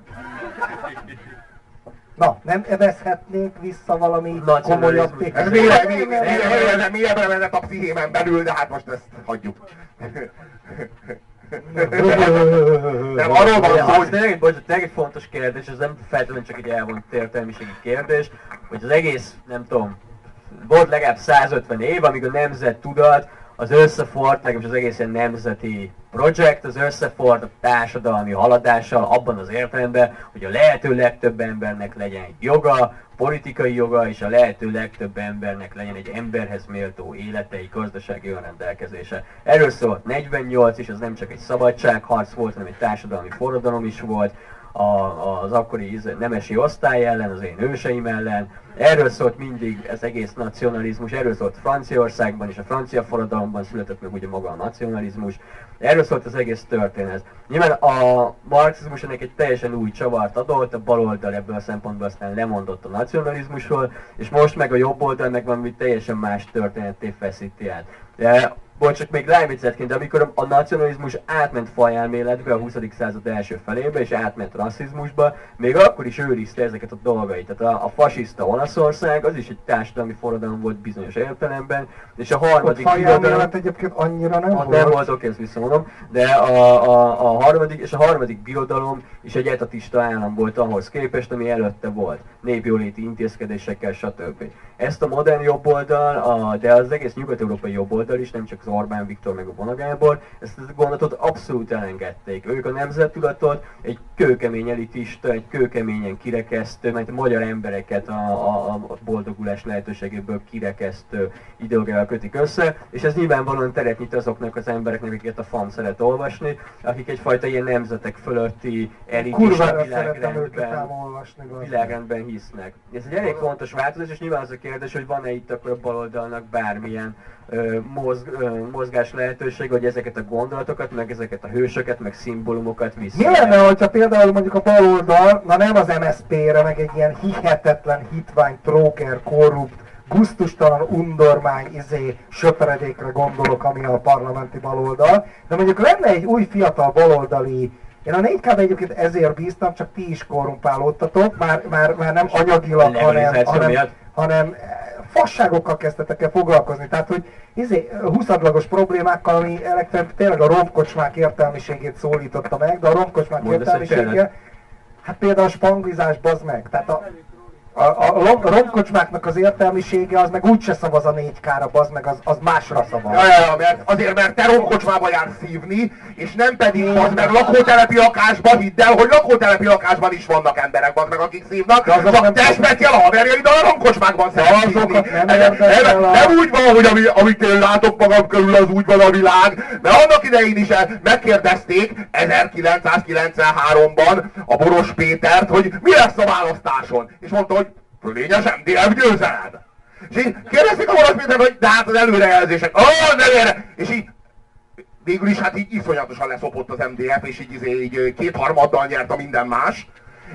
Na, nem evezhetnénk vissza valami komolyabb tékát? Ez mélyebbre vezet a pszichémen belül, de hát most ezt hagyjuk. Nem, arról van szó, hogy... Tényleg egy fontos kérdés, ez nem feltétlenül csak egy elvont értelmiségi kérdés, hogy az egész, nem tudom, volt legalább 150 év, amíg a nemzettudat az összefort, legalábbis az egész ilyen nemzeti projekt, az összefort a társadalmi haladással abban az értelemben, hogy a lehető legtöbb embernek legyen egy joga, politikai joga, és a lehető legtöbb embernek legyen egy emberhez méltó élete, egy gazdasági önrendelkezése. Erről szólt 48 is, az nem csak egy szabadságharc volt, hanem egy társadalmi forradalom is volt. az akkori nemesi osztály ellen, az én őseim ellen. Erről szólt mindig az egész nacionalizmus, erről szólt Franciaországban és a francia forradalomban született meg ugye maga a nacionalizmus. Erről szólt az egész történet. Nyilván a marxizmus ennek egy teljesen új csavart adott, a baloldal ebből a szempontból aztán lemondott a nacionalizmusról, és most meg a jobb oldal meg valami teljesen más történetté feszíti át. De csak még ráviccetként, de amikor a nacionalizmus átment fajelméletbe a 20. század első felébe, és átment rasszizmusba, még akkor is őrizte ezeket a dolgait. Tehát a fasiszta Olaszország, az is egy társadalmi forradalom volt bizonyos értelemben, és a harmadik birodalom egyébként annyira nem volt. Nem volt, oké, ezt visszamondom, de a harmadik birodalom is egy etatista állam volt ahhoz képest, ami előtte volt. Népjóléti intézkedésekkel, stb. Ezt a modern jobboldal, de az egész nyugat-európai jobboldal is, nem csak az Orbán Viktor meg a Bona Gábor, ezt a gondolatot abszolút elengedték. Ők a nemzettudatot egy kőkemény elitista, egy kőkeményen kirekesztő, mert a magyar embereket a boldogulás lehetőségéből kirekesztő ideológiával kötik össze, és ez nyilvánvalóan teret nyit azoknak az embereknek, akiket a FAM szeret olvasni, akik egyfajta ilyen nemzetek fölötti elitista világrendben hisznek. Ez egy elég fontos változás, és nyilván az a kérdés, hogy van-e itt akkor a baloldalnak bármilyen mozgás lehetőség, hogy ezeket a gondolatokat, meg ezeket a hősöket, meg szimbólumokat vissza. Mi lenne, hogyha például mondjuk a baloldal, na nem az MSZP-re, meg egy ilyen hihetetlen hitvány, tróker, korrupt, gusztustalan undormány, söpredékre gondolok, ami a parlamenti baloldal, de mondjuk lenne egy új fiatal baloldali. Én a 4K-ben egyébként ezért bíztam, csak ti is korrumpálódtatok, már nem anyagilag, hanem fasságokkal kezdtetek el foglalkozni. Tehát, hogy 20-adlagos problémákkal, ami tényleg a romkocsmák értelmiségét szólította meg, de a romkocsmák értelmisége, hát például a spanglizás, bazd meg. Tehát a romkocsmáknak az értelmisége az meg úgyse szavaz a 4K-ra, bazd meg, az másra szavaz. Mert te romkocsmába jársz szívni, és nem pedig bazd meg lakótelepi lakásban, hidd el, hogy lakótelepi lakásban is vannak emberek, bazd meg, akik szívnak, csak te speciál a haverjaiddal a romkocsmákban szeretsz szívni. Nem úgy van, hogy amit én látok magam körül, az úgy van a világ, mert annak idején is megkérdezték 1993-ban a Boros Pétert, hogy mi lesz a választáson, és mondta, hogy fölényes MDF győzelem. És így kérdezték a Boros Pétert, hogy de hát az előrejelzések, és így végül is hát így iszonyatosan leszopott az MDF, és így kétharmaddal nyert a minden más.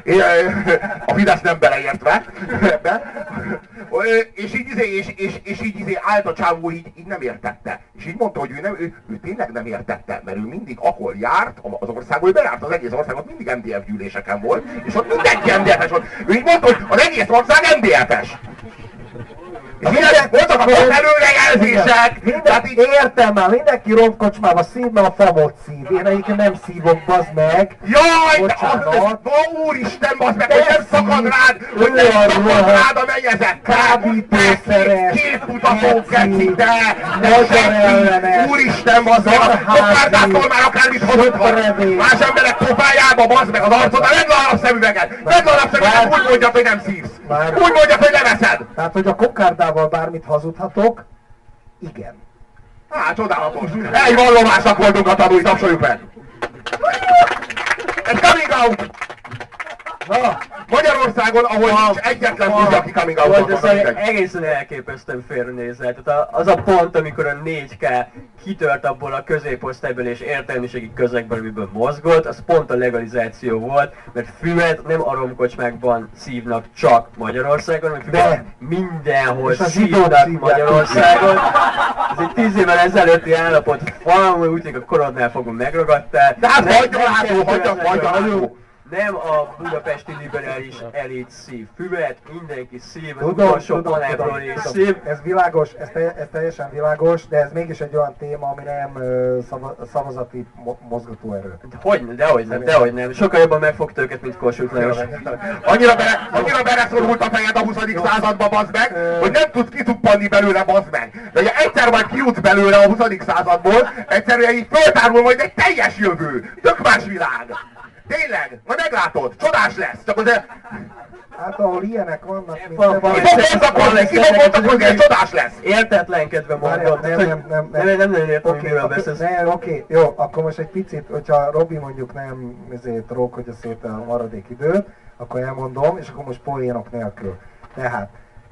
A Fidesz nem beleértve ebbe. És így állt a csávó, így nem értette. És így mondta, hogy ő tényleg nem értette, mert ő mindig ahol járt az országból, ő bejárt az egész országot, mindig MDF gyűléseken volt, és ott mindenki MDF-es volt. Ő így mondta, hogy az egész ország MDF-es. És voltak a előrejelzések! Értem már, mindenki romkocsmába szív, mert a famot szív. Én egyébként nem szívok, bazd meg. Jaj, úristen, bazd meg, hogy nem szakad rád, a mennyezet. Kábítószeres, képmutató keci, de senki, úristen, bazd meg, a kokárdától már akármit hazudhat. Más emberek pofájába, bazd meg az arcod, vedd le a napszemüveget, úgy mondjad, hogy nem szívsz. Úgy mondjad, hogy leveszed. Tehát, hogy a kokárdával bármit hazudhatok, igen. Csodálatos. Egy vallomásnak voltunk a tanúi, tapsoljuk meg. Egy coming out. Magyarországon, ahol nincs egyetlen úgy, aki coming out. Egészen elképesztően félrenézel. Tehát az a pont, amikor a 4K kitört abból a középosztályből és értelmiségi közegből, amiből mozgott, az pont a legalizáció volt, mert füvet nem a romkocsmákban szívnak csak Magyarországon, hanem füvet mindenhol szívnak Magyarországon. Ez egy 10 évvel ezelőtti állapot, valami úgy, hogy a korodnál fogom megragadtál. De hát hagyjalátó! Nem a budapesti liberális elit szív füvet, mindenki szív, az utolsó panelról is szív. Ez világos, ez teljesen világos, de ez mégis egy olyan téma, ami nem szavazati mozgatóerő. Dehogy nem. Sokkal jobban megfogta őket, mint Kossuth Lajos. Annyira beleszorult a fejed a 20. századba, bazd meg, hogy nem tudsz kituppanni belőle, bazd meg. De ugye egyszer majd kijutsz belőle a 20. századból, egyszerűen így föltárul majd egy teljes jövő, tök más világ. Tényleg, majd meglátod, csodás lesz, csak azért... Hát ahol ilyenek vannak, mint hogy ez csodás lesz! Értetlenkedve mondom, nem értem, hogy miről beszélsz. Oké, jó, akkor most egy picit, hogyha Robi mondjuk nem rókodja szét a maradék időt, akkor elmondom, és akkor most poénok nélkül. Tehát,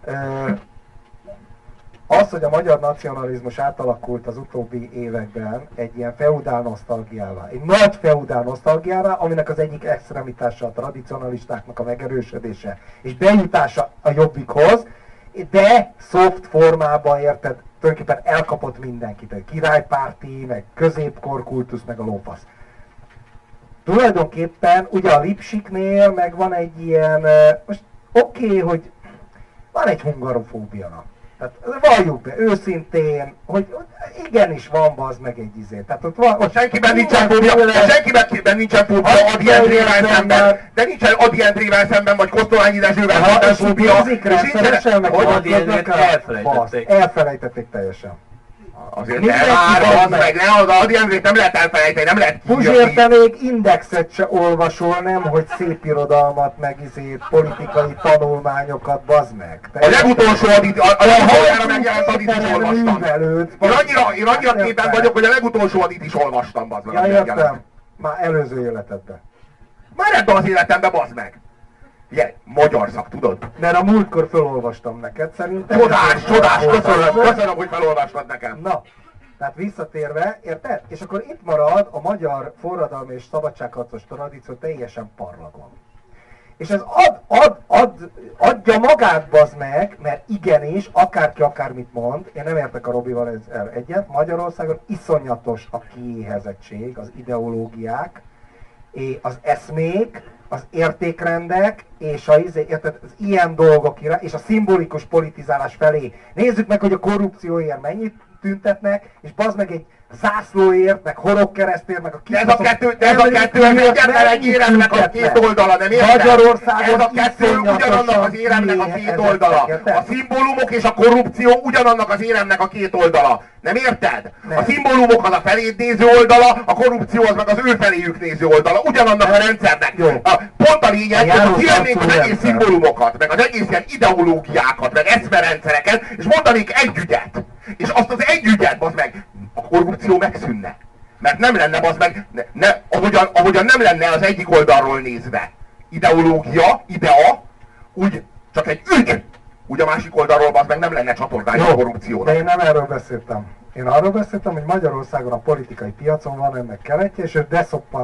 az, hogy a magyar nacionalizmus átalakult az utóbbi években egy ilyen feudál nosztalgiává, egy nagy feudál nosztalgiává, aminek az egyik extremitása a tradicionalistáknak a megerősödése és bejutása a Jobbikhoz, de soft formában, érted, tulajdonképpen elkapott mindenkit, a királypárti, meg középkorkultusz, meg a lófasz. Tulajdonképpen ugye a Lipsiknél meg van egy ilyen, most oké, hogy van egy hungarofóbia. Tehát valljuk be őszintén, hogy igenis van bazd meg egy izé. Tehát ott senkiben nincsen fóbia Ady Endrével szemben, de nincsen Ady Endrével szemben, vagy Kosztolányi Dezsővel szemben fóbia. Elfelejtették teljesen. Azért elvárom meg, az Ady Endrét nem lehet elfelejteni, nem lehet Puzsérte még indexet se olvasol, nem, hogy szép irodalmat, meg politikai tanulmányokat, bazd meg. A legutolsó Adit megjelent Adit is olvastam. Én annyira képben vagyok, hogy a legutolsó Adit is olvastam, bazd meg. Ja, értem. Már előző életedben. Már ebben az életemben, bazd meg. Ugye, magyar szak, tudod? Mert a múltkor felolvastam neked, szerintem. Csodás, köszönöm, hogy felolvastad nekem. Na, tehát visszatérve, érted? És akkor itt marad a magyar forradalmi és szabadságharcos tradíció teljesen parlagon. És ez adja magát, bazd meg, mert igenis, akárki akármit mond, én nem értek a Robival ezzel egyet, Magyarországon iszonyatos a kiéhezettség, az ideológiák, az eszmék, az értékrendek, és az ilyen dolgok és a szimbolikus politizálás felé. Nézzük meg, hogy a korrupcióért mennyit tüntetnek, és bazd meg egy zászlóért, meg horogkeresztért, meg a ez a kettő egyetlen egy éremnek a két oldala, nem érted? Magyarországon ez a kettő ugyanannak az éremnek a két oldala. A szimbólumok és a korrupció ugyanannak az éremnek a két oldala. Nem érted? A szimbólumok az a feléd néző oldala, a korrupció az meg az ő feléjük néző oldala. Ugyanannak a rendszernek. Pont a lényeg, hogy kivennénk az egész szimbólumokat, meg az egész ilyen ideológiákat, meg eszmerendszereket, és mondanék egy ügyet. És azt az egy ügyet, bazd meg, a korrupció megszűnne. Mert nem lenne, bazd meg, ahogyan nem lenne az egyik oldalról nézve ideológia, idea, úgy csak egy ügy, úgy a másik oldalról, bazd meg, nem lenne csatornája a korrupciónak. De én nem erről beszéltem. Én arról beszéltem, hogy Magyarországon a politikai piacon van ennek keletje, és ő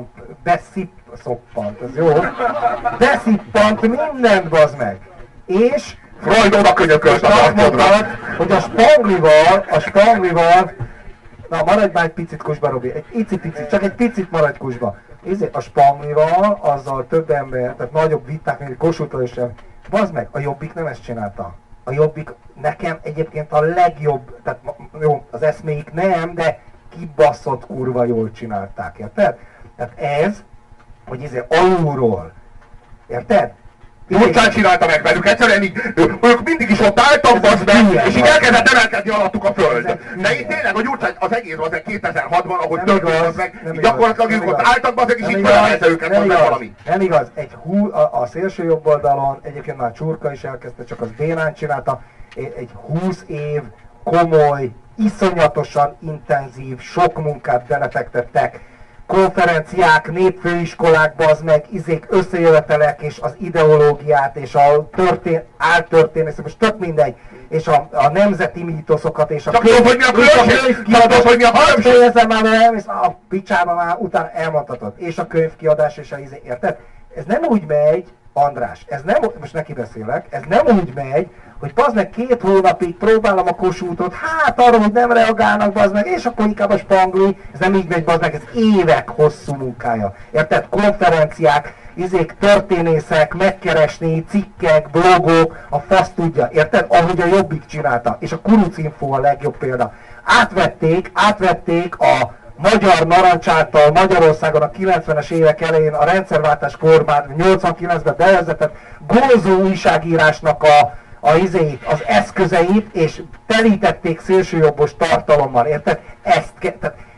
beszippant, ez jó? Beszippant mindent, bazd meg. És Freud oda könyökölt az arcodra. Hogy a spanglival, na maradj már egy picit kusba, Robi, egy icipicit, csak egy picit maradj kusba. A spanglival, azzal több ember, tehát nagyobb viták, mint Kossuth sem. Bazd meg, a Jobbik nem ezt csinálta. A Jobbik nekem egyébként a legjobb, tehát jó, az eszméik nem, de kibaszott kurva jól csinálták, érted? Tehát ez, hogy alulról, érted? Furcsán csinálta meg velük, egyszerűen így, ők mindig is ott álltak, bazd meg, és így elkezdett emelkedni alattuk a föld. De itt tényleg a Gyurcsány az egész az 2006-ban, ahogy történt az meg, gyakorlatilag ők ott álltak, bazd meg, és így felemelte őket, az meg valami. Nem igaz, a szélső jobb oldalon, egyébként már Csurka is elkezdte, csak az bénán csinálta, egy 20 év komoly, iszonyatosan intenzív, sok munkát belefektettek, konferenciák, népfőiskolák, bazd meg, összejövetelek, és az ideológiát, és a áltörténet, most tök mindegy, és a nemzeti mítoszokat, és a a picsába már utána elmondhatod, és a könyvkiadás, és érted? Ez nem úgy megy, András, ez nem, most neki beszélek, ez nem úgy megy, hogy bazd meg 2 hónapig próbálom a Kossuthot, hát arra, hogy nem reagálnak, bazd meg, és akkor inkább a spangli, ez nem így megy, bazd meg, ez évek hosszú munkája. Érted? Konferenciák, történészek, megkeresni, cikkek, blogok, a fasz tudja, érted? Ahogy a Jobbik csinálta, és a Kurucinfo a legjobb példa. Átvették a magyar narancs által Magyarországon a 90-es évek elején a rendszerváltás kormány 89-ben bevezetett gózó újságírásnak az eszközeit, és telítették szélsőjobbos tartalommal, érted? Ez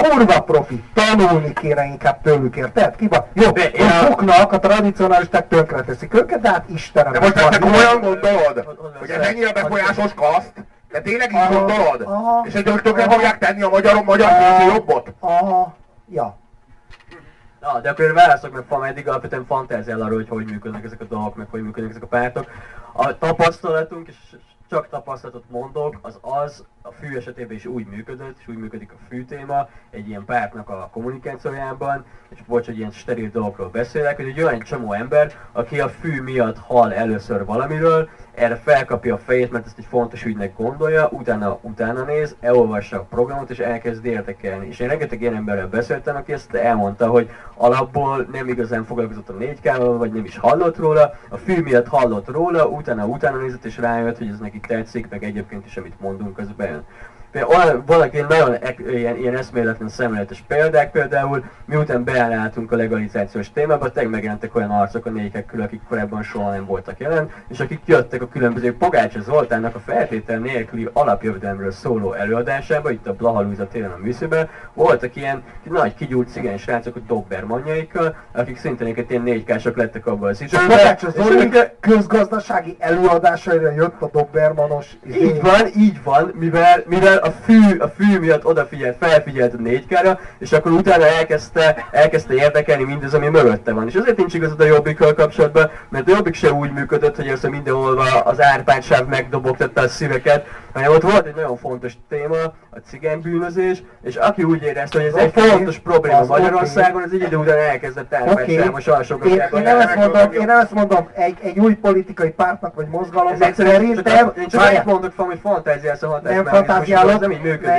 kurva profi, tanulni kéne inkább tőlük, érted? Jó, buknak, a tradicionalisták tönkre teszik őket, de hát Istenem. De most ezt komolyan gondolod? Hogy ez ennyire befolyásos kaszt? De tényleg így gondolod? És hogy tökre fogják tenni a magyar jobbot? Aha, ja. Na, de akkor válaszok meg eddig alapvetően fantáziál arról, hogy működnek ezek a dolgok, meg hogy működnek ezek a pártok. A tapasztalatunk, és csak tapasztalatot mondok, az a fű esetében is úgy működött, és úgy működik a fű téma egy ilyen pártnak a kommunikációjában, és bocs, hogy ilyen steril dolgokról beszélek, hogy egy olyan csomó ember, aki a fű miatt hall először valamiről, erre felkapja a fejét, mert ezt egy fontos ügynek gondolja, utána néz, elolvassa a programot és elkezd érdekelni. És én rengeteg ilyen emberrel beszéltem, aki ezt elmondta, hogy alapból nem igazán foglalkozott a 4K-val, vagy nem is hallott róla, a fű miatt hallott róla, utána nézett és rájött, hogy ez neki tetszik, meg egyébként is amit mondunk, az bejön. Vannak nagyon ilyen eszméletlen szemléletes példák, például miután beálláltunk a legalizációs témába, tényleg megjelentek olyan arcok a 4K-kül, akik korábban soha nem voltak jelen, és akik jöttek a különböző Pogácsa Zoltánnak a feltétel nélküli alapjövedelemről szóló előadásába, itt a Blaha Lujza téren a műszőben, voltak ilyen nagy kigyúrt cigány srácok a dobbermanjaikkal, akik szintén ilyen 4K-sok lettek abban az időben. Pogácsa Zoli közgazdasági előadásaira jött a dobbermanos. Így van, mivel a fű miatt felfigyelt a 4K-ra, és akkor utána elkezdte érdekelni mindez, ami mögötte van. És azért nincs igazad a Jobbikkal kapcsolatban, mert a Jobbik se úgy működött, hogy ezt mindenhol az Árpád-sáv megdobogtatta a szíveket, hanem ott volt egy nagyon fontos téma, a cigánybűnözés, és aki úgy érezte, hogy ez egy fontos probléma Magyarországon, az egy idő után elkezdett Árpád-sávos alsokat. Én nem ezt mondom, egy új politikai pártnak vagy mozgalomnak szerintem... Én csak egy mondok, hogy fantáziálsz a hatásmálás, nem így működik.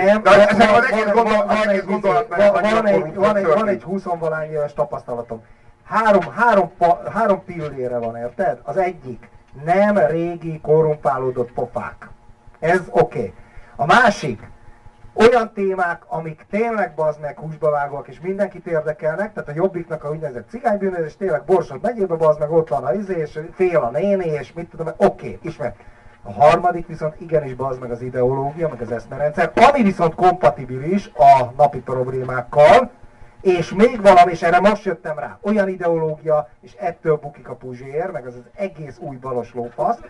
Van egy 20-valány éves tapasztalatom. Három pillére van, érted? Az egyik, nem régi korrumpálódott pofák. Ez oké. A másik, olyan témák, amik tényleg bazd meg húsba vágóak és mindenkit érdekelnek, tehát a Jobbiknak a úgynevezett cigánybűnözés, tényleg Borsod megyébe bazd meg, ott van a és fél a néni, és mit tudom, oké, ismert. A harmadik viszont igenis bazd meg az ideológia, meg az eszmerendszer, ami viszont kompatibilis a napi problémákkal, és még valami, és erre most jöttem rá, olyan ideológia, és ettől bukik a Puzsér, meg az egész új balos lófasz.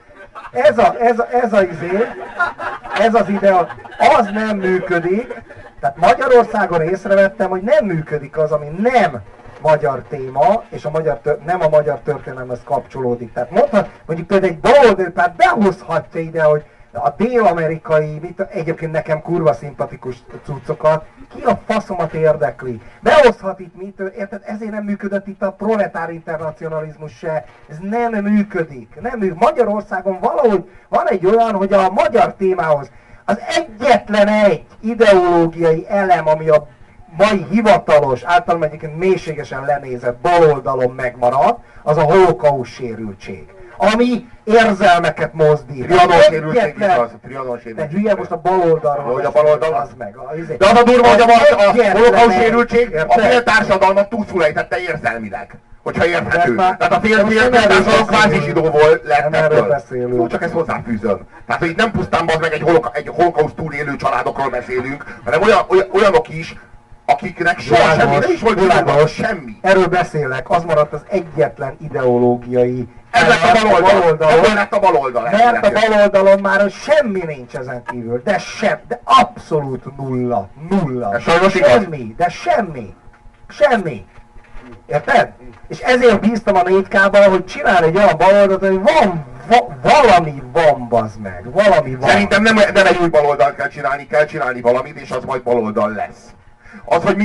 Ez az idea, az nem működik, tehát Magyarországon észrevettem, hogy nem működik az, ami nem magyar téma, és nem a magyar történelemhez kapcsolódik. Tehát mondjuk például egy baloldali párt behozhatja ide, hogy a dél-amerikai, egyébként nekem kurva szimpatikus cuccokat, ki a faszomat érdekli? Behozhat itt érted? Ezért nem működött itt a proletár internacionalizmus se. Ez nem működik. Magyarországon valahogy van egy olyan, hogy a magyar témához az egyetlen egy ideológiai elem, ami a mai hivatalos, általában egyébként mélységesen lenézett baloldalon megmaradt, az a holokauszt sérültség, ami érzelmeket mozdít. Trianon sérültség is az, Trianon sérültség. De hülye most a baloldalról. Hogy a baloldal? Az meg. De az a durva, hogy a holokauszt sérültség a fél társadalmat túlszulejtette érzelmileg. Hogyha érthető. Tehát a fél társadalom kvázi zsidó volt, lett ettől. Jó, csak ezt hozzáfűzöm. Tehát, hogy itt nem pusztán meg egy holokauszt túlélő családokról beszélünk, hanem olyanok is, akiknek soha semmi, nem is volt világos, semmi. Erről beszélek, az maradt az egyetlen ideológiai. Ez lett a baloldal. Ebből lett a baloldal. Mert a baloldalon már semmi nincs ezen kívül. De abszolút nulla. Ez sajnos semmi, de semmi. Érted? És ezért bíztam a 4K-ban, hogy csinál egy olyan baloldalt, hogy valami van, bazd meg. Valami van. Szerintem nem egy új baloldalt kell csinálni valamit, és az majd baloldal lesz. Az, hogy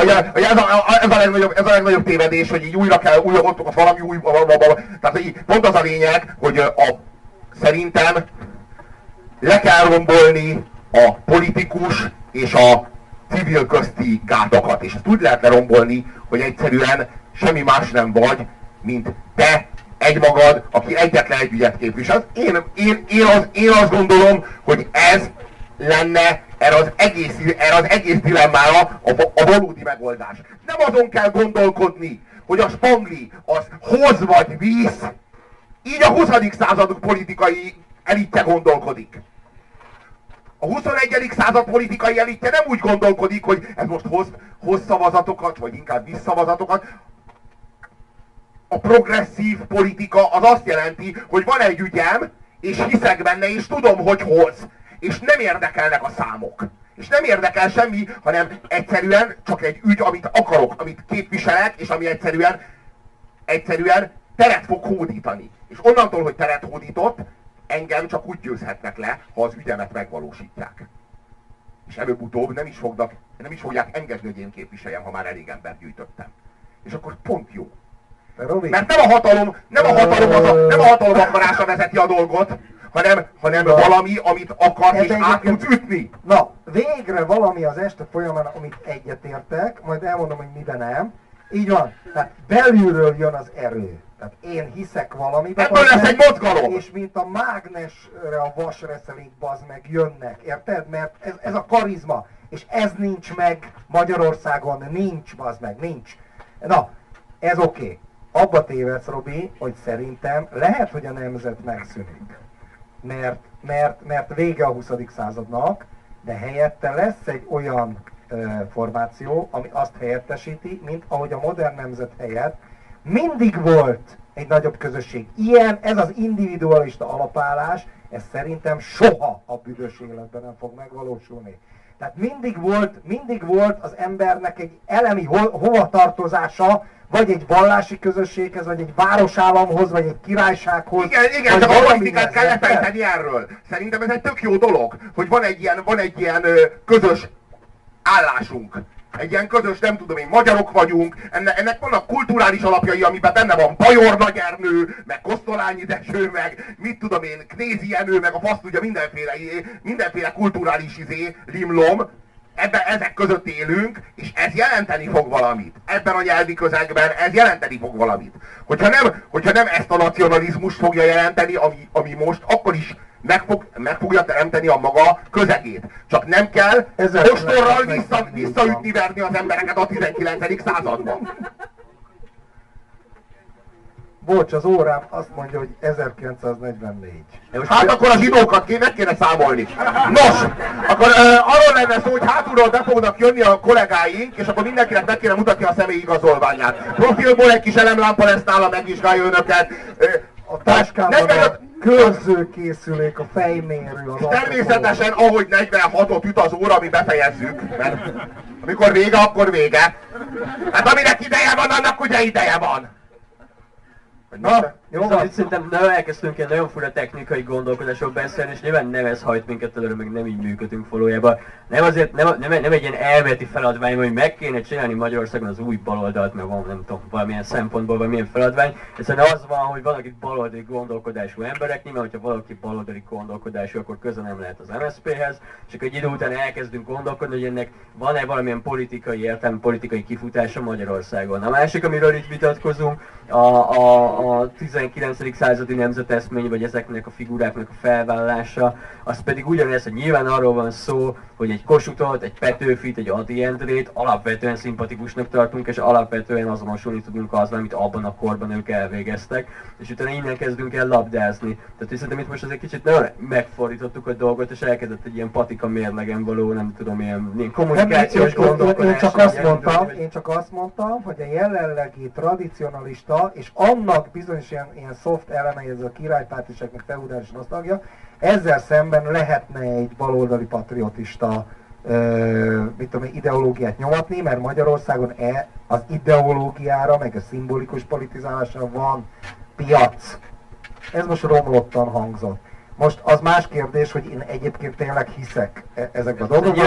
ez a legnagyobb tévedés, hogy így újra kell, ott valami új, tehát így, pont az a lényeg, hogy szerintem le kell rombolni a politikus és a civil közti gátakat, és ezt úgy lehet lerombolni, hogy egyszerűen semmi más nem vagy, mint te egymagad, aki egyetlen egy ügyet képvisel. Én azt gondolom, hogy ez lenne erre az egész dilemmára a valódi megoldás. Nem azon kell gondolkodni, hogy a spangli az hoz vagy visz, így a 20. század politikai elitje gondolkodik. A 21. század politikai elitje nem úgy gondolkodik, hogy ez most hoz szavazatokat, vagy inkább visz szavazatokat. A progresszív politika az azt jelenti, hogy van egy ügyem, és hiszek benne, és tudom, hogy hoz. És nem érdekelnek a számok. És nem érdekel semmi, hanem egyszerűen csak egy ügy, amit akarok, amit képviselek, és ami egyszerűen teret fog hódítani. És onnantól, hogy teret hódított, engem csak úgy győzhetnek le, ha az ügyemet megvalósítják. És előbb-utóbb nem is fogják engedni, hogy én képviseljem, ha már elég embert gyűjtöttem. És akkor pont jó. Mert nem a hatalom akarása vezeti a dolgot, hanem valami, amit akar és át tudsz ütni. Na, végre valami az este folyamán, amit egyetértek, majd elmondom, hogy miben nem. Így van. Tehát belülről jön az erő. Tehát én hiszek valamiben. Ebből lesz egy mozgalom! És mint a mágnesre a vasreszelék, bazd meg, jönnek. Érted? Mert ez a karizma. És ez nincs meg Magyarországon. Nincs, bazd meg, nincs. Na, ez oké. Abba tévedsz, Robi, hogy szerintem lehet, hogy a nemzet megszűnik. Mert vége a 20. századnak, de helyette lesz egy olyan formáció, ami azt helyettesíti, mint ahogy a modern nemzet helyett mindig volt egy nagyobb közösség. Ez az individualista alapállás, ez szerintem soha a büdös életben nem fog megvalósulni. Tehát mindig volt az embernek egy elemi hovatartozása, vagy egy vallási közösséghez, vagy egy városállamhoz, vagy egy királysághoz. Igen, csak a politikát kell lefejteni erről. Szerintem ez egy tök jó dolog, hogy van egy ilyen közös állásunk. Egy ilyen közös, nem tudom én, magyarok vagyunk, ennek vannak kulturális alapjai, amiben benne van Bajor Nagy Ernő, meg Kosztolányi Dezső, meg mit tudom én, Knézi Jenő, meg a fasz tudja, mindenféle kulturális limlom. Ezek között élünk, és ez jelenteni fog valamit. Ebben a nyelvi közegben ez jelenteni fog valamit. Hogyha nem ezt a nacionalizmust fogja jelenteni, ami most, akkor is meg fogja teremteni a maga közegét. Csak nem kell ostorral visszaütni, verni az embereket a 19. században. Bocs, az órám azt mondja, hogy 1944. Hát akkor a zsidókat meg kéne számolni. Nos, akkor arról lenne szó, hogy hátulról be fognak jönni a kollégáink, és akkor mindenkinek meg kéne mutatni a személyi igazolványát. Profilból egy kis elemlámpa lesz nála, megvizsgálja önöket. A táskában a körzőkészülék, a fejmérő, az természetesen, ahogy 46-ot üt az óra, mi befejezzük, mert amikor vége, akkor vége. Hát aminek ideje van, annak ugye ideje van. Na, jó, szóval szerintem elkezdtünk egy nagyon fura technikai gondolkodásról beszélni, és nyilván nem ez hajt minket előre, meg nem így működünk valójában. Nem azért, nem egy ilyen elméleti feladvány, hogy meg kéne csinálni Magyarországon az új baloldalt, mert van, nem tudom, valamilyen szempontból valamilyen feladvány. Egyszerűen az van, hogy vannak itt baloldali gondolkodású emberek, nyilván, hogyha valaki baloldali gondolkodású, akkor köze nem lehet az MSZP-hez, és akkor egy idő után elkezdünk gondolkodni, hogy ennek van-e valamilyen politikai értelme, politikai kifutása Magyarországon. A másik, amiről itt vitatkozunk, a 19. századi nemzeteszmény, vagy ezeknek a figuráknak a felvállalása, az pedig ugyanez, hogy nyilván arról van szó, hogy egy Kossuthot, egy Petőfit, egy Ady Endrét alapvetően szimpatikusnak tartunk, és alapvetően azonosulni tudunk azzal, amit abban a korban ők elvégeztek, és utána innen kezdünk el labdázni. Tehát szerintem itt most azért kicsit nagyon megfordítottuk a dolgot, és elkezdett egy ilyen patika mérlegen való, nem tudom, ilyen kommunikációs gondolkodás. Én csak azt mondtam, hogy a jelenlegi tradicionalista, és annak bizonyos ilyen soft elemei, ez a királypártiságnak feudális nosztalgia, ezzel szemben lehetne egy baloldali patriotista ideológiát nyomatni, mert Magyarországon az ideológiára, meg a szimbolikus politizálásra van piac. Ez most romlottan hangzott. Most az más kérdés, hogy én egyébként tényleg hiszek ezekben a dolgokban.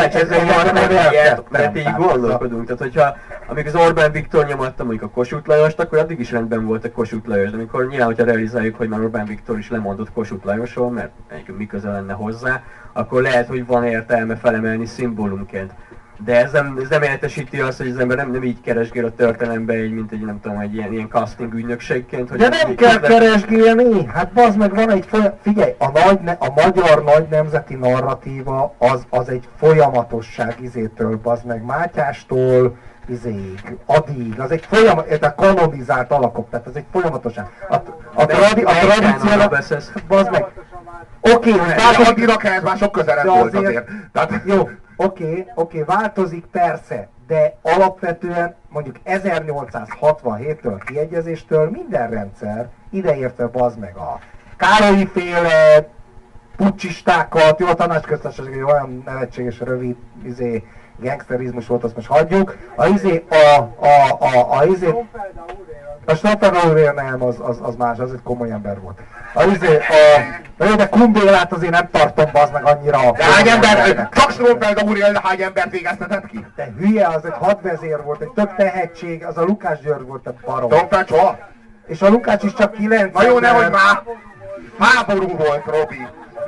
Mert így gondolkodunk. Tehát, hogyha amikor az Orbán Viktor nyomatta mondjuk a Kossuth Lajost, akkor addig is rendben volt a Kossuth Lajos. De amikor nyilván, hogyha realizáljuk, hogy már Orbán Viktor is lemondott Kossuth Lajosról, mert egyébként mi köze lenne hozzá, akkor lehet, hogy van értelme felemelni szimbólumként. De ez nem értesíti azt, hogy az ember nem így keresgél a történelembe, mint egy, nem tudom, egy ilyen casting ügynökségként. Hogy de nem kell keresgélni! Hát bazd meg, van egy figyelj, a magyar nagy nemzeti narratíva az egy folyamatosság izétől, bazd meg, Mátyástól, Adig, az egy folyamat, kanonizált alakok, tehát ez egy folyamatosság. A tradíciónak, bazd meg, Oké, hogy változik. Addinak ehhez már sok közelebb volt azért. Tehát... Jó, oké, változik persze, de alapvetően mondjuk 1867-től a kiegyezéstől minden rendszer, ideértve bazd meg a Károlyi féle puccsistákat, jó, a tanácsköztársaság egy olyan nevetséges, rövid gangsterizmus volt, azt most hagyjuk. A Stauffenberg úr nem, az más, az egy komoly ember volt. De Kumbélát azért nem tartom bazd meg annyira. De hány ember, csak Stauffenberg úr hány embert végeztetett ki? De hülye, az egy hadvezér volt, egy tök tehetség, az a Lukács György volt a barom. Stauffenberg soha? És a Lukács is csak 9. Na jó, nehogy már! Háború volt, Robi!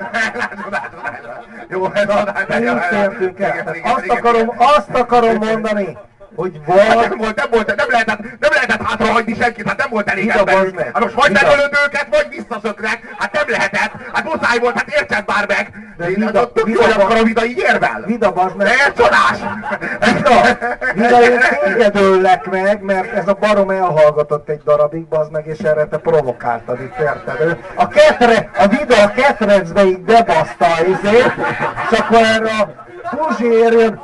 Jó, ez adás. Nem értünk el. Azt akarom mondani, hogy nem lehetett hátrahagyni senkit, hát nem volt elég emberük. Hát most vagy megölöd őket, vagy visszaszöknek. Hát nem lehetett. Hát muszáj volt, hát értsed már meg. Tök olyan akar a Vida így érvel. Vida, bazd meg. De ez csodás. Vida, én tégedöllek meg, mert ez a barom elhallgatott egy darabig, bazd meg, és erre te provokáltad itt, érted? A Vida a ketrecbe így bebaszta izét, és akkor erre a Puzsér jön,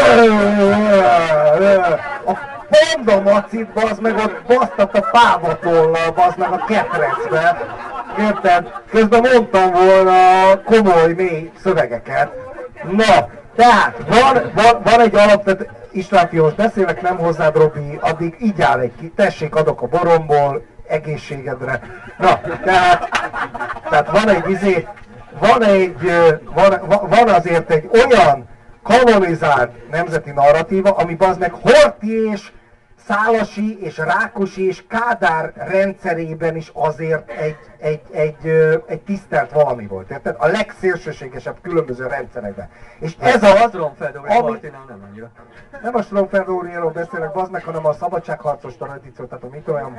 a Honda Macit, bazd meg, ott basztat a pávatollal, bazd meg a ketrecbe. Érted? Közben mondtam volna komoly, mély szövegeket. Na, tehát van egy alapvető... István fiós, beszélek nem hozzád, Robi, addig így áll egy ki. Tessék, adok a boromból, egészségedre. Na, tehát van azért egy olyan kanonizált nemzeti narratíva, ami bazd meg Horthy és Szálasi és Rákosi és Kádár rendszerében is azért egy tisztelt valami volt, érted? A legszélsőségesebb különböző rendszerekben. És ez a... nem annyira. Nem a Stromfeld-Óriáról beszélek, bazd meg, hanem a szabadságharcos tradíció, tehát a mit olyan...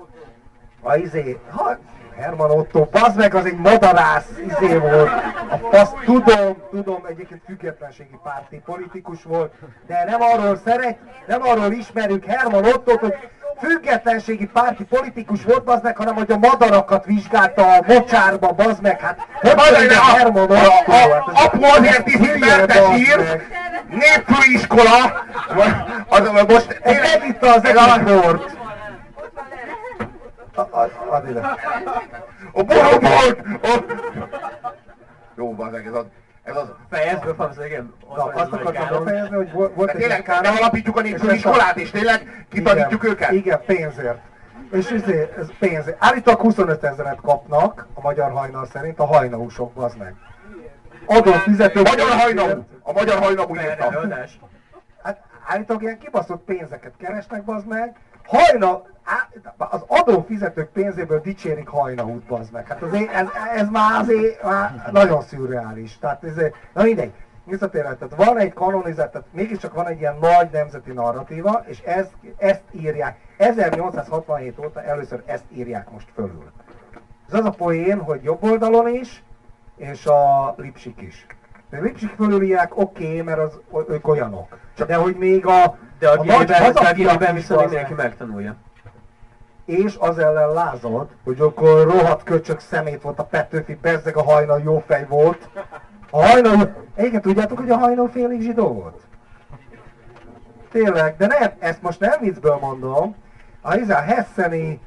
Herman Otto, bazd meg, az egy madarász volt. A fasz, tudom, egyébként függetlenségi párti politikus volt, de nem arról ismerjük Herman Ottót, hogy függetlenségi párti politikus volt, bazd meg, hanem hogy a madarakat vizsgálta a mocsárba, bazd meg, hát hogy Herman Otto? Apu azért is Bertesír, népfőiskola, most tényleg itt az export. Add ide. A borombolt! Jó, bazeg, ez az... Fejezből fogsz, igen. Azt akartam befejezni, hogy volt egy tényleg nem alapítjuk a népfőiskolát, és tényleg kitanítjuk őket? Igen, pénzért. És ez pénzért. Állítólag 25 000-et kapnak a magyar hajnal szerint a hajnausok, bazd meg. Adófizetők... A magyar hajnal úgy írta. Hát állítólag ilyen kibaszott pénzeket keresnek, bazd meg. Az adófizetők pénzéből dicsérik Hajnaút, bazd meg. Hát ez már azért nagyon szürreális. Tehát na mindegy. Visszatérve, tehát van egy kanonizált, tehát mégiscsak van egy ilyen nagy nemzeti narratíva, és ezt írják. 1867 óta először ezt írják most fölül. Ez az a poén, hogy jobb oldalon is, és a Lipsik is. De a Lipsik fölül írják, oké, mert ők olyanok. De hogy még de a gépben viszont mindenki megtanulja. És az ellen lázad, hogy akkor rohadt köcsök szemét volt a Petőfi, bezzeg a Hajnal jó fej volt. A Hajnal... Egyébként tudjátok, hogy a Hajnal félig zsidó volt? Tényleg, de nem, ezt most nem viccből mondom. A hesseni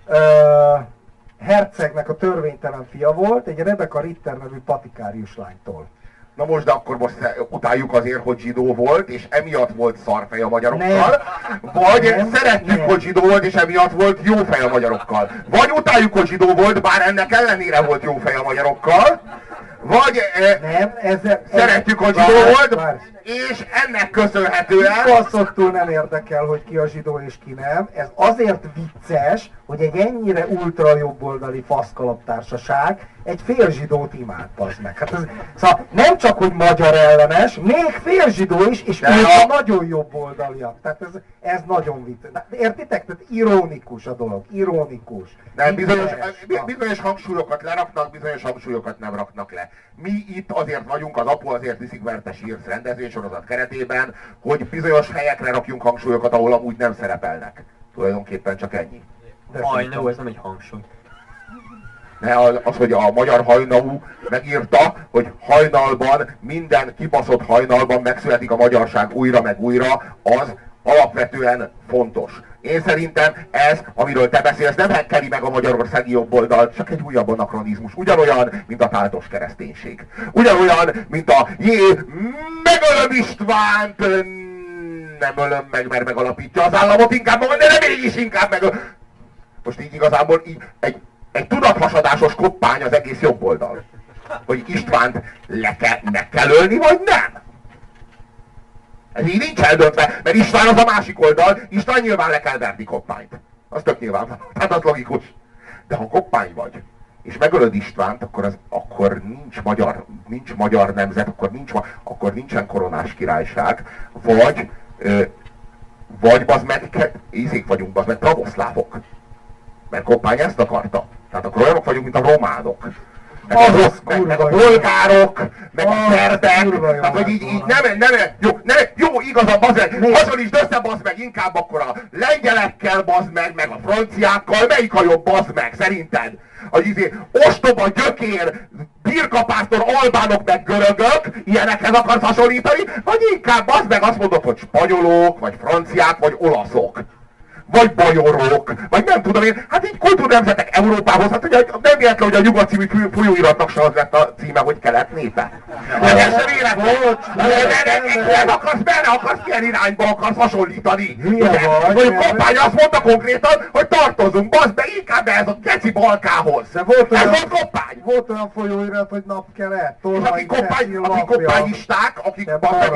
hercegnek a törvénytelen fia volt, egy Rebecca Ritter nevű patikárius lánytól. Na most, de akkor most utáljuk azért, hogy zsidó volt, és emiatt volt szarfej a magyarokkal, vagy szeretjük, hogy zsidó volt, és emiatt volt jó fej a magyarokkal. Vagy utáljuk, hogy zsidó volt, bár ennek ellenére volt jó fej a magyarokkal, vagy szeretjük, hogy zsidó volt, és ennek köszönhetően... Baszottul nem érdekel, hogy ki a zsidó és ki nem. Ez azért vicces, hogy egy ennyire ultra jobboldali faszkalaptársaság egy félzsidót imád, bazd meg. Hát szóval nem csak, hogy magyar ellenes, még félzsidó is, és ők a nagyon jobboldaliak. Tehát ez nagyon vicces. Értitek? Tehát ironikus a dolog, ironikus. De bizonyos hangsúlyokat leraknak, bizonyos hangsúlyokat nem raknak le. Mi itt azért vagyunk, az apu azért viszik Vertesírc rendezvénysorozat keretében, hogy bizonyos helyekre rakjunk hangsúlyokat, ahol amúgy nem szerepelnek. Tulajdonképpen csak ennyi. Hajnó, ez nem egy hangsúly. Az, hogy a magyar hajnalú megírta, hogy hajnalban, minden kibaszott hajnalban megszületik a magyarság újra meg újra, az alapvetően fontos. Én szerintem ez, amiről te beszélsz, nem hekkeli meg a magyarországi jobboldal, csak egy újabb anakronizmus. Ugyanolyan, mint a táltos kereszténység. Ugyanolyan, mint a megölöm Istvánt, nem ölöm meg, mert megalapítja az államot, inkább magam, de nem mégis inkább megölöm. Most így igazából így egy tudathasadásos koppány az egész jobboldal. Hogy Istvánt meg kell ölni, vagy nem? Ez így nincs eldöntve, mert István az a másik oldal, István nyilván le kell verni koppányt. Az tök nyilván, tehát az logikus. De ha koppány vagy, és megölöd Istvánt, akkor nincs magyar nemzet, akkor nincsen koronás királyság, vagy bazd meg, ízék vagyunk, bazd meg, pravoszlávok. Mert koppány ezt akarta. Tehát akkor olyanok vagyunk, mint a románok. Meg a bolgárok, meg a szerbek, tehát hogy így jó, igazán, bazd meg, hasonlítsd össze, bazd meg, inkább akkor a lengyelekkel, bazd meg a franciákkal, melyik a jobb, bazd meg, szerinted? Hogy ostoba, gyökér, birkapásztor, albánok, meg görögök, ilyenekhez akarsz hasonlítani, vagy inkább, bazd meg, azt mondod, hogy spanyolok, vagy franciák, vagy olaszok. Vagy bajorok, vagy nem tudom én, hát így kultúrnemzetek Európához, hát ugye nem véletlen, hogy a Nyugat című folyóiratnak se az lett a címe, hogy Kelet népe. Ez sem véletlen, nem akarsz bele, akarsz ilyen irányba, akarsz hasonlítani. Hogy a kampány azt mondta konkrétan, hogy tartozunk, bazd be, inkább ez a geci Balkához. Ez volt kampány. Volt olyan folyóirat, hogy napkelet, és akik koppányisták, akik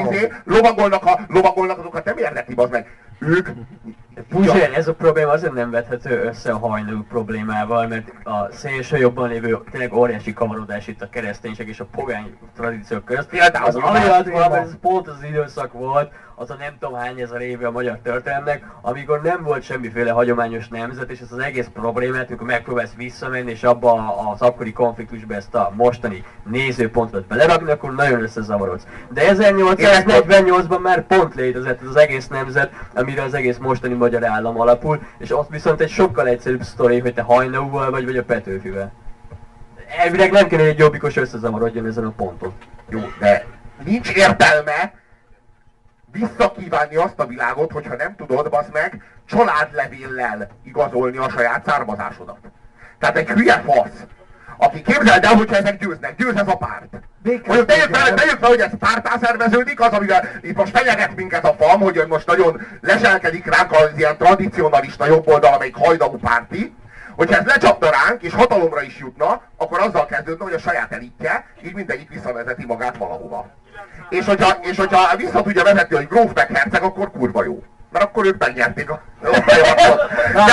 lovagolnak, azokat nem érdekli, bazd meg. Ők... Puzsér, ez a probléma azért nem vethető össze a hajnalú problémával, mert a szélső jobban lévő tényleg óriási kavarodás itt a kereszténység és a pogány tradíciók közt. Az amiatt van, ez pont az időszak volt, az a nem tudom hány ezer éve a magyar történelemnek, amikor nem volt semmiféle hagyományos nemzet, és ez az egész problémát, amikor megpróbálsz visszamenni, és abba az akkori konfliktusba ezt a mostani nézőpontot belerakni, akkor nagyon összezavarodsz. De 1848-ban már pont létezett ez az egész nemzet, amire az egész mostani magyar állam alapul, és ott viszont egy sokkal egyszerűbb sztori, hogy te Hajnalúval vagy a Petőfivel. Elvileg nem kell, hogy egy jobbikos összezavarodjon ezen a ponton. Jó, de nincs értelme visszakívánni azt a világot, hogyha nem tudod, bazd meg, családlevéllel igazolni a saját származásodat. Tehát egy hülye fasz, aki képzeld el, hogyha ezek győznek, győz ez a párt. Hogy tegyük fel, hogy ez pártá szerveződik, az, amivel itt most fenyeget minket a FAM, hogy most nagyon leselkedik ránk az ilyen tradicionalista jobboldal, amelyik hajnalú párti. Hogyha ez lecsapna ránk, és hatalomra is jutna, akkor azzal kezdődne, hogy a saját elitje, így mindegyik visszavezeti magát valahova. És hogyha vissza tudja vezetni, hogy gróf meg herceg, akkor kurva jó. Mert akkor ők megnyerték a javaslatot.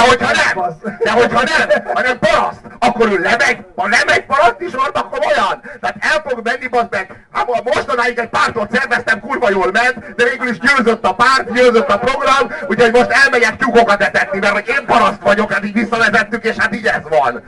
De hogyha nem, hanem paraszt, akkor ő lemegy, ha lemegy paraszt is van, akkor olyan. Tehát el fog menni, bazd meg, hát mostanáig egy pártot szerveztem, kurva jól ment, de végül is győzött a párt, győzött a program, úgyhogy most elmegyek tyúkokat etetni, mert hogy én paraszt vagyok, hát így visszavezettük, és hát így ez van.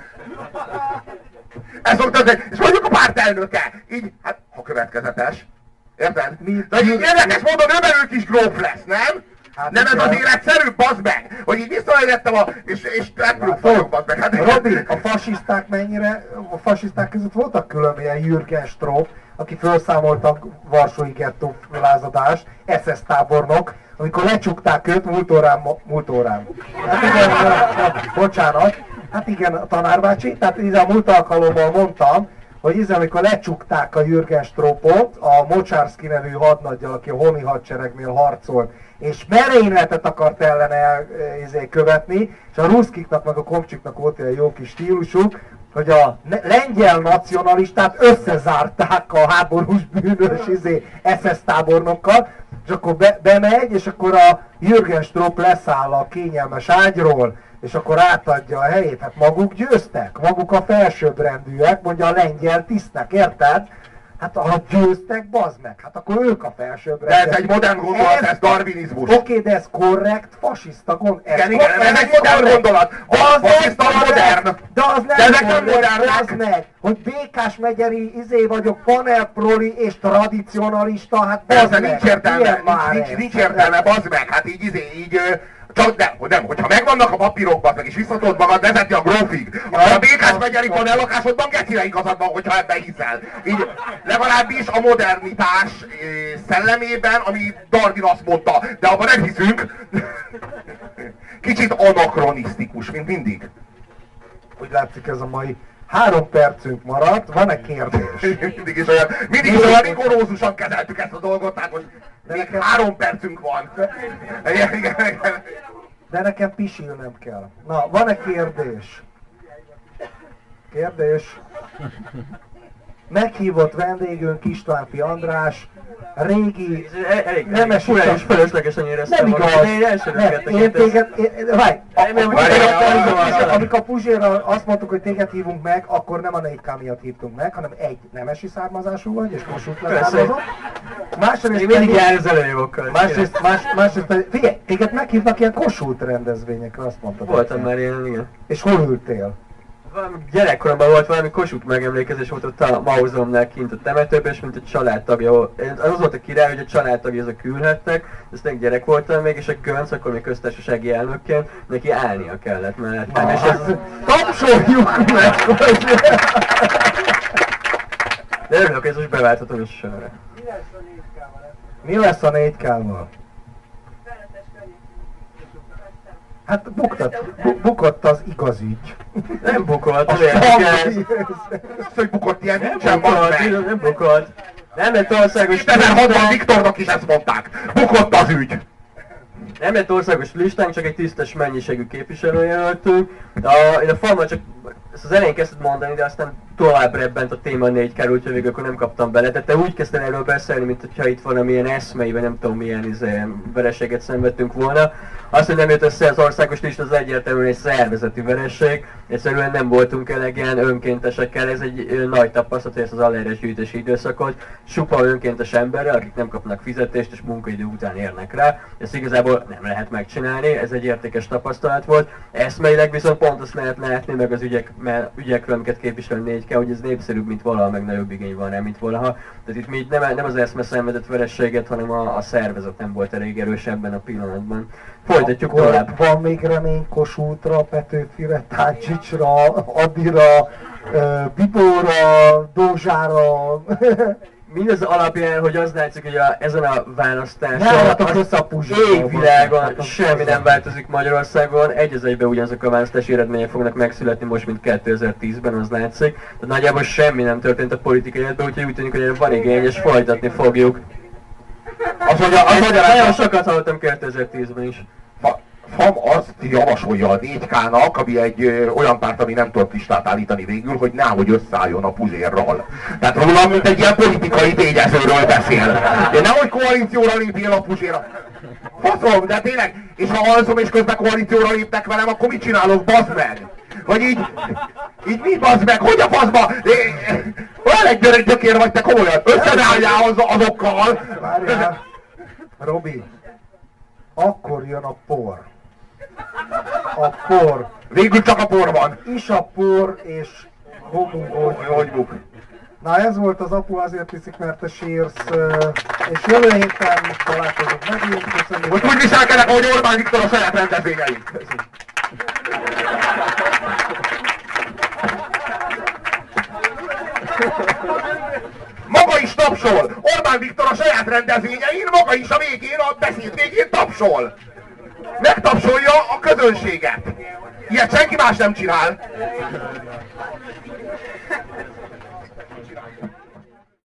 Ez volt az egy, és mondjuk a párt elnöke, így, hát ha következetes. Érted? De így érdekes módon ő belül kis gróf lesz, nem? Hát nem ez az életszerű, bazd meg! Hogy így visszavezettem és repülők vagyok, bazd meg. Hát, Robi, a fasiszták között voltak különböző Jürgen Stroop, aki felszámolta a Varsói gettó lázadást, SS tábornok, amikor lecsukták őt múlt órán. Hát igen, bocsánat, hát igen, a tanárbácsi, tehát a múlt alkalommal mondtam, hogy amikor lecsukták a Jürgen Stroopot, a Mocsárszky nevű hadnaggyal, aki a Honi hadseregnél harcolt, és merényletet akart ellene követni, és a ruszkiknak meg a komcsiknak volt egy jó kis stílusuk, hogy a lengyel nacionalistát összezárták a háborús bűnös SS tábornokkal, és akkor bemegy, és akkor a Jürgen Stroop leszáll a kényelmes ágyról, és akkor átadja a helyét. Hát maguk győztek, maguk a felsőbbrendűek, mondja a lengyel tisztnek, érted? Hát ha győztek, bazd meg, hát akkor ők a felsőbbrendűek. De ez egy modern gondolat, ez darwinizmus. Oké, de ez korrekt, fasiszta gondolat. Igen, ez egy modern gondolat. A fasiszta modern. De az nem modernek, meg, hogy Békás megyeri vagyok, panelproli és tradicionalista, hát bazd meg. Nincs értelme, bazd meg, hát így Csak nem, hogyha megvannak a papírok, meg is visszatod magad vezetni a grófig, akkor a Békás megyeri panellakásodban gecire igazad van, hogyha ebben hiszel. Így legalábbis a modernitás szellemében, ami Darwin azt mondta, de abban nem hiszünk. Kicsit anakronisztikus, mint mindig. Úgy látszik, ez a mai 3 percünk maradt, van-e kérdés? mindig is olyan rigorózusan kezeltük ezt a dolgot, tehát most még 3 percünk van. De nekem pisilnem kell. Na, van-e kérdés? Kérdés? Meghívott vendégünk Istvánfi András, régi, nemes és fölöslegesen éreztem nem igaz. Én téged, várj, amikor a Puzsérral azt mondtuk, hogy téged hívunk meg, akkor nem a 4K miatt hívtunk meg, hanem egy nemesi származású vagy, és Kossuth leszármazott. Másrészt mindig jár az előjogokkal. Másrészt pedig, figyelj, téged meghívnak ilyen Kossuth rendezvényekre, azt mondtad. Voltam már ilyen, igen. És hol ültél? Gyerekkoromban volt valami Kossuth megemlékezés, volt ott a Mauzomnál kint a temetőben, és mint a családtagja. Az volt a király, hogy a családtagja azok ülhettek, aztán gyerek voltam még, és a Gönc, akkor még köztársasági elnökként, neki állnia kellett mellettem, és ez... Tapsoljuk meg! De örülök, hogy ezt most beválthatom is sörre. Mi lesz a 4K-val? Hát bukott az igaz ügy. Nem bukott, az, hogy bukott ilyen nincsen, nem bukott. Nem lett országos 2006-ban Viktornak is ezt mondták. Bukott az ügy. Nem lett országos listánk, csak egy tisztes mennyiségű képviselőjelöltünk. Én a falban csak ezt az elején kezdted mondani, de aztán tovább rebbent a téma 4K, úgyhogy végül akkor nem kaptam bele. Tehát te úgy kezdtél erről beszélni, mint hogyha itt valamilyen eszmeiben, nem tudom milyen vereséget szenvedtünk volna. Azt, hogy nem jött össze az országos lista, az egyértelműen egy szervezeti vereség. Egyszerűen nem voltunk elegen önkéntesekkel, ez egy nagy tapasztalat, hogy ezt az aláírás gyűjtési időszakot csupa önkéntes emberrel, akik nem kapnak fizetést és munkaidő után érnek rá. Ezt igazából nem lehet megcsinálni, ez egy értékes tapasztalat volt. Eszmeileg viszont pont azt lehet látni, meg az ügyekről, amiket képvisel 4K, hogy ez népszerűbb, mint valaha, meg nagyobb igény van rá, mint valaha. Tehát itt mi nem az eszme szenvedett verességet, hanem a szervezet nem volt elég erős ebben a pillanatban. Folytatjuk tovább. Van még remény Kossuthra, Petőfire, Táncsicsra, Adira, Bibóra, Dózsára. Mindez alapján, hogy az látszik, hogy ezen a választáson égvilágon semmi nem változik Magyarországon, egy az egyben ugyanazok a választási eredmények fognak megszületni most, mint 2010-ben, az látszik. Tehát nagyjából semmi nem történt a politikai életben, úgyhogy úgy tűnik, hogy erre van igény, és folytatni fogjuk. Nagyon sokat hallottam 2010-ben is. FAM azt javasolja a 4K-nak, ami egy olyan párt, ami nem tudott listát állítani végül, hogy nehogy összeálljon a Puzsérral. Tehát rólam, mint egy ilyen politikai tényezőről beszél. De nehogy koalícióra lépjél a Puzsérra. Faszom, de tényleg, és ha alszom és közben koalícióra lépnek velem, akkor mit csinálok, bazd meg? Vagy így mi bazd meg, hogy a faszba? Olyan egy gyökér vagy te komolyan, összeálljál azokkal. Várjál, Robi, akkor jön a por. A por. Végül csak a por van. Is a por és hogy buk. Na ez volt az Apu azért viszik, mert te sírsz, és jövő héten találkozunk megint. Köszönjük. Hogy úgy viselkedek, ahogy Orbán Viktor a saját rendezvényein. Maga is tapsol! Orbán Viktor a saját rendezvényein, maga is a végén, a beszéd végén tapsol! Megtapsolja a közönséget! Ilyet senki más nem csinál!